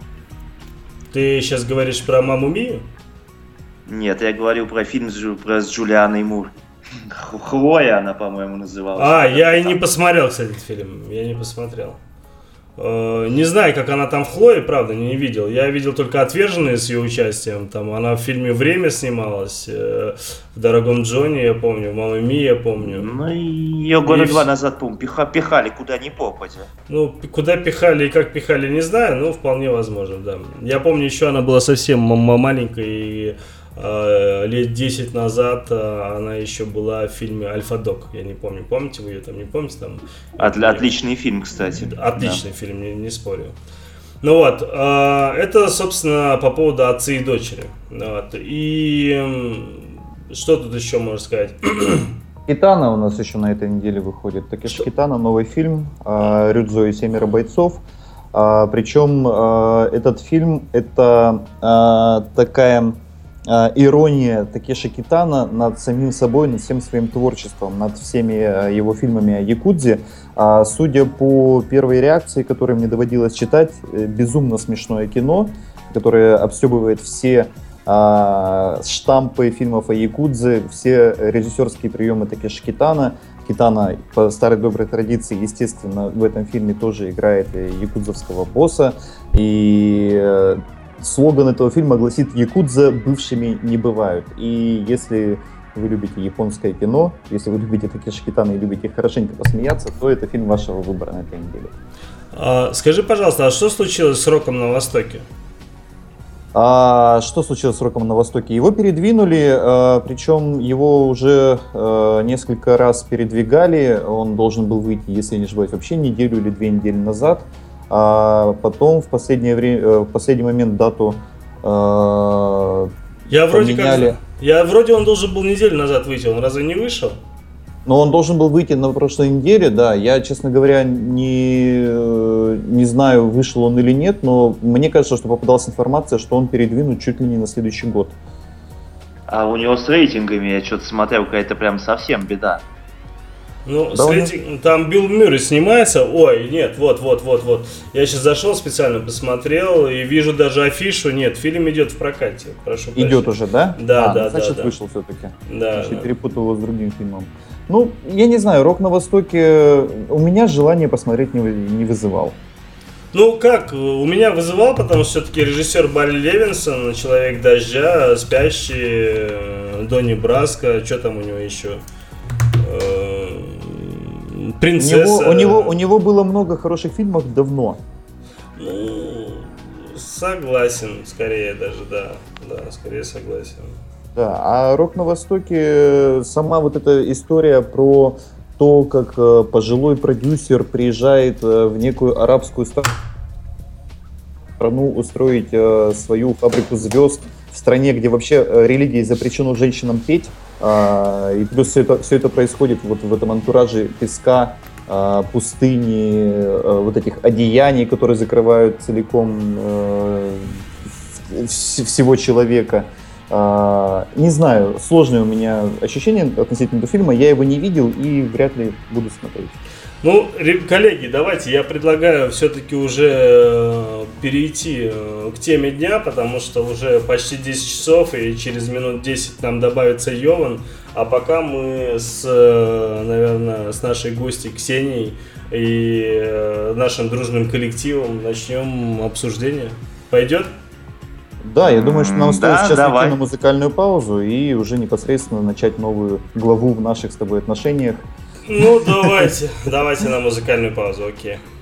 Ты сейчас говоришь про Мамму Мию? Нет, я говорил про фильм с, Джу, про, с Джулианой Мур. Хлоя она, по-моему, называлась. А, я и не посмотрел, кстати, этот фильм. Я не посмотрел. Не знаю, как она там в Хлое, правда, не видел. Я видел только «Отверженные» с ее участием. Там она в фильме «Время» снималась, в «Дорогом Джонни», я помню, в «Мамме Мии», я помню. Ну, ее года и два в... назад, помню, пиха, пихали куда ни попадя. Ну, куда пихали и как пихали, не знаю, но вполне возможно, да. Я помню, еще она была совсем маленькой, и э, лет десять назад э, она еще была в фильме «Альфа-Дог». Я не помню, помните вы ее там, не помните? Там, От, отличный фильм, кстати. Отличный да. фильм, не, не спорю. Ну вот, э, это, собственно, по поводу отца и дочери. Вот. И э, что тут еще можно сказать? Китана у нас еще на этой неделе выходит. Такеши Китана, новый фильм, э, Рюдзо и семеро бойцов. Э, причем э, этот фильм это э, такая э, ирония Такеши Китана над самим собой, над всем своим творчеством, над всеми э, его фильмами о якудзе. Э, судя по первой реакции, которую мне доводилось читать, э, безумно смешное кино, которое обстебывает все штампы фильмов о якудзе, все режиссерские приемы Такеши Китана. Китана по старой доброй традиции, естественно, в этом фильме тоже играет якудзовского босса. И слоган этого фильма гласит: «Якудза бывшими не бывают». И если вы любите японское кино, если вы любите Такеши Китана и любите хорошенько посмеяться, то это фильм вашего выбора на этой неделе. А, скажи, пожалуйста, а что случилось с «Роком на Востоке»? А что случилось с «Роком на Востоке»? Его передвинули, а, причем его уже а, несколько раз передвигали. Он должен был выйти, если я не ошибаюсь, вообще неделю или две недели назад. А потом в последнее время, в последний момент дату а, я вроде поменяли. Как, я вроде он должен был неделю назад выйти, он разве не вышел? Но он должен был выйти на прошлой неделе, да. Я, честно говоря, не, не знаю, вышел он или нет, но мне кажется, что попадалась информация, что он передвинут чуть ли не на следующий год. А у него с рейтингами, я что-то смотрел, какая-то прям совсем беда. Ну, да, с рейтинг... там Билл Мюррей снимается. Ой, нет, вот, вот, вот, вот. Я сейчас зашел, специально посмотрел и вижу даже афишу. Нет, фильм идет в прокате. Прошу прощения. Идет уже, да? Да, а, да, ну, значит, да. вышел все-таки. Да. Значит, да. перепутал его с другим фильмом. Ну, я не знаю, «Рок на Востоке» у меня желание посмотреть не, не вызывал. Ну как, у меня вызывал, потому что все-таки режиссер Барри Левинсон, «Человек дождя», «Спящий», Донни Браско, что там у него еще? «Принцесса». У него, у, него, у него было много хороших фильмов давно. Ну, согласен, скорее даже, да. Да, скорее согласен. Да, а «Рок на Востоке», сама вот эта история про то, как пожилой продюсер приезжает в некую арабскую страну устроить свою фабрику звезд в стране, где вообще религией запрещено женщинам петь, и плюс все это, все это происходит вот в этом антураже песка, пустыни, вот этих одеяний, которые закрывают целиком всего человека. Uh, не знаю, сложные у меня ощущения относительно этого фильма, я его не видел и вряд ли буду смотреть. Ну, коллеги, давайте, я предлагаю все-таки уже перейти к теме дня, потому что уже почти десять часов, и через минут десять нам добавится Йован, а пока мы с, наверное, с нашей гостьей Ксенией и нашим дружным коллективом начнем обсуждение. Пойдет? Да, я думаю, что нам стоит да, сейчас давай. уйти на музыкальную паузу и уже непосредственно начать новую главу в наших с тобой отношениях. Ну, давайте, давайте на музыкальную паузу, окей.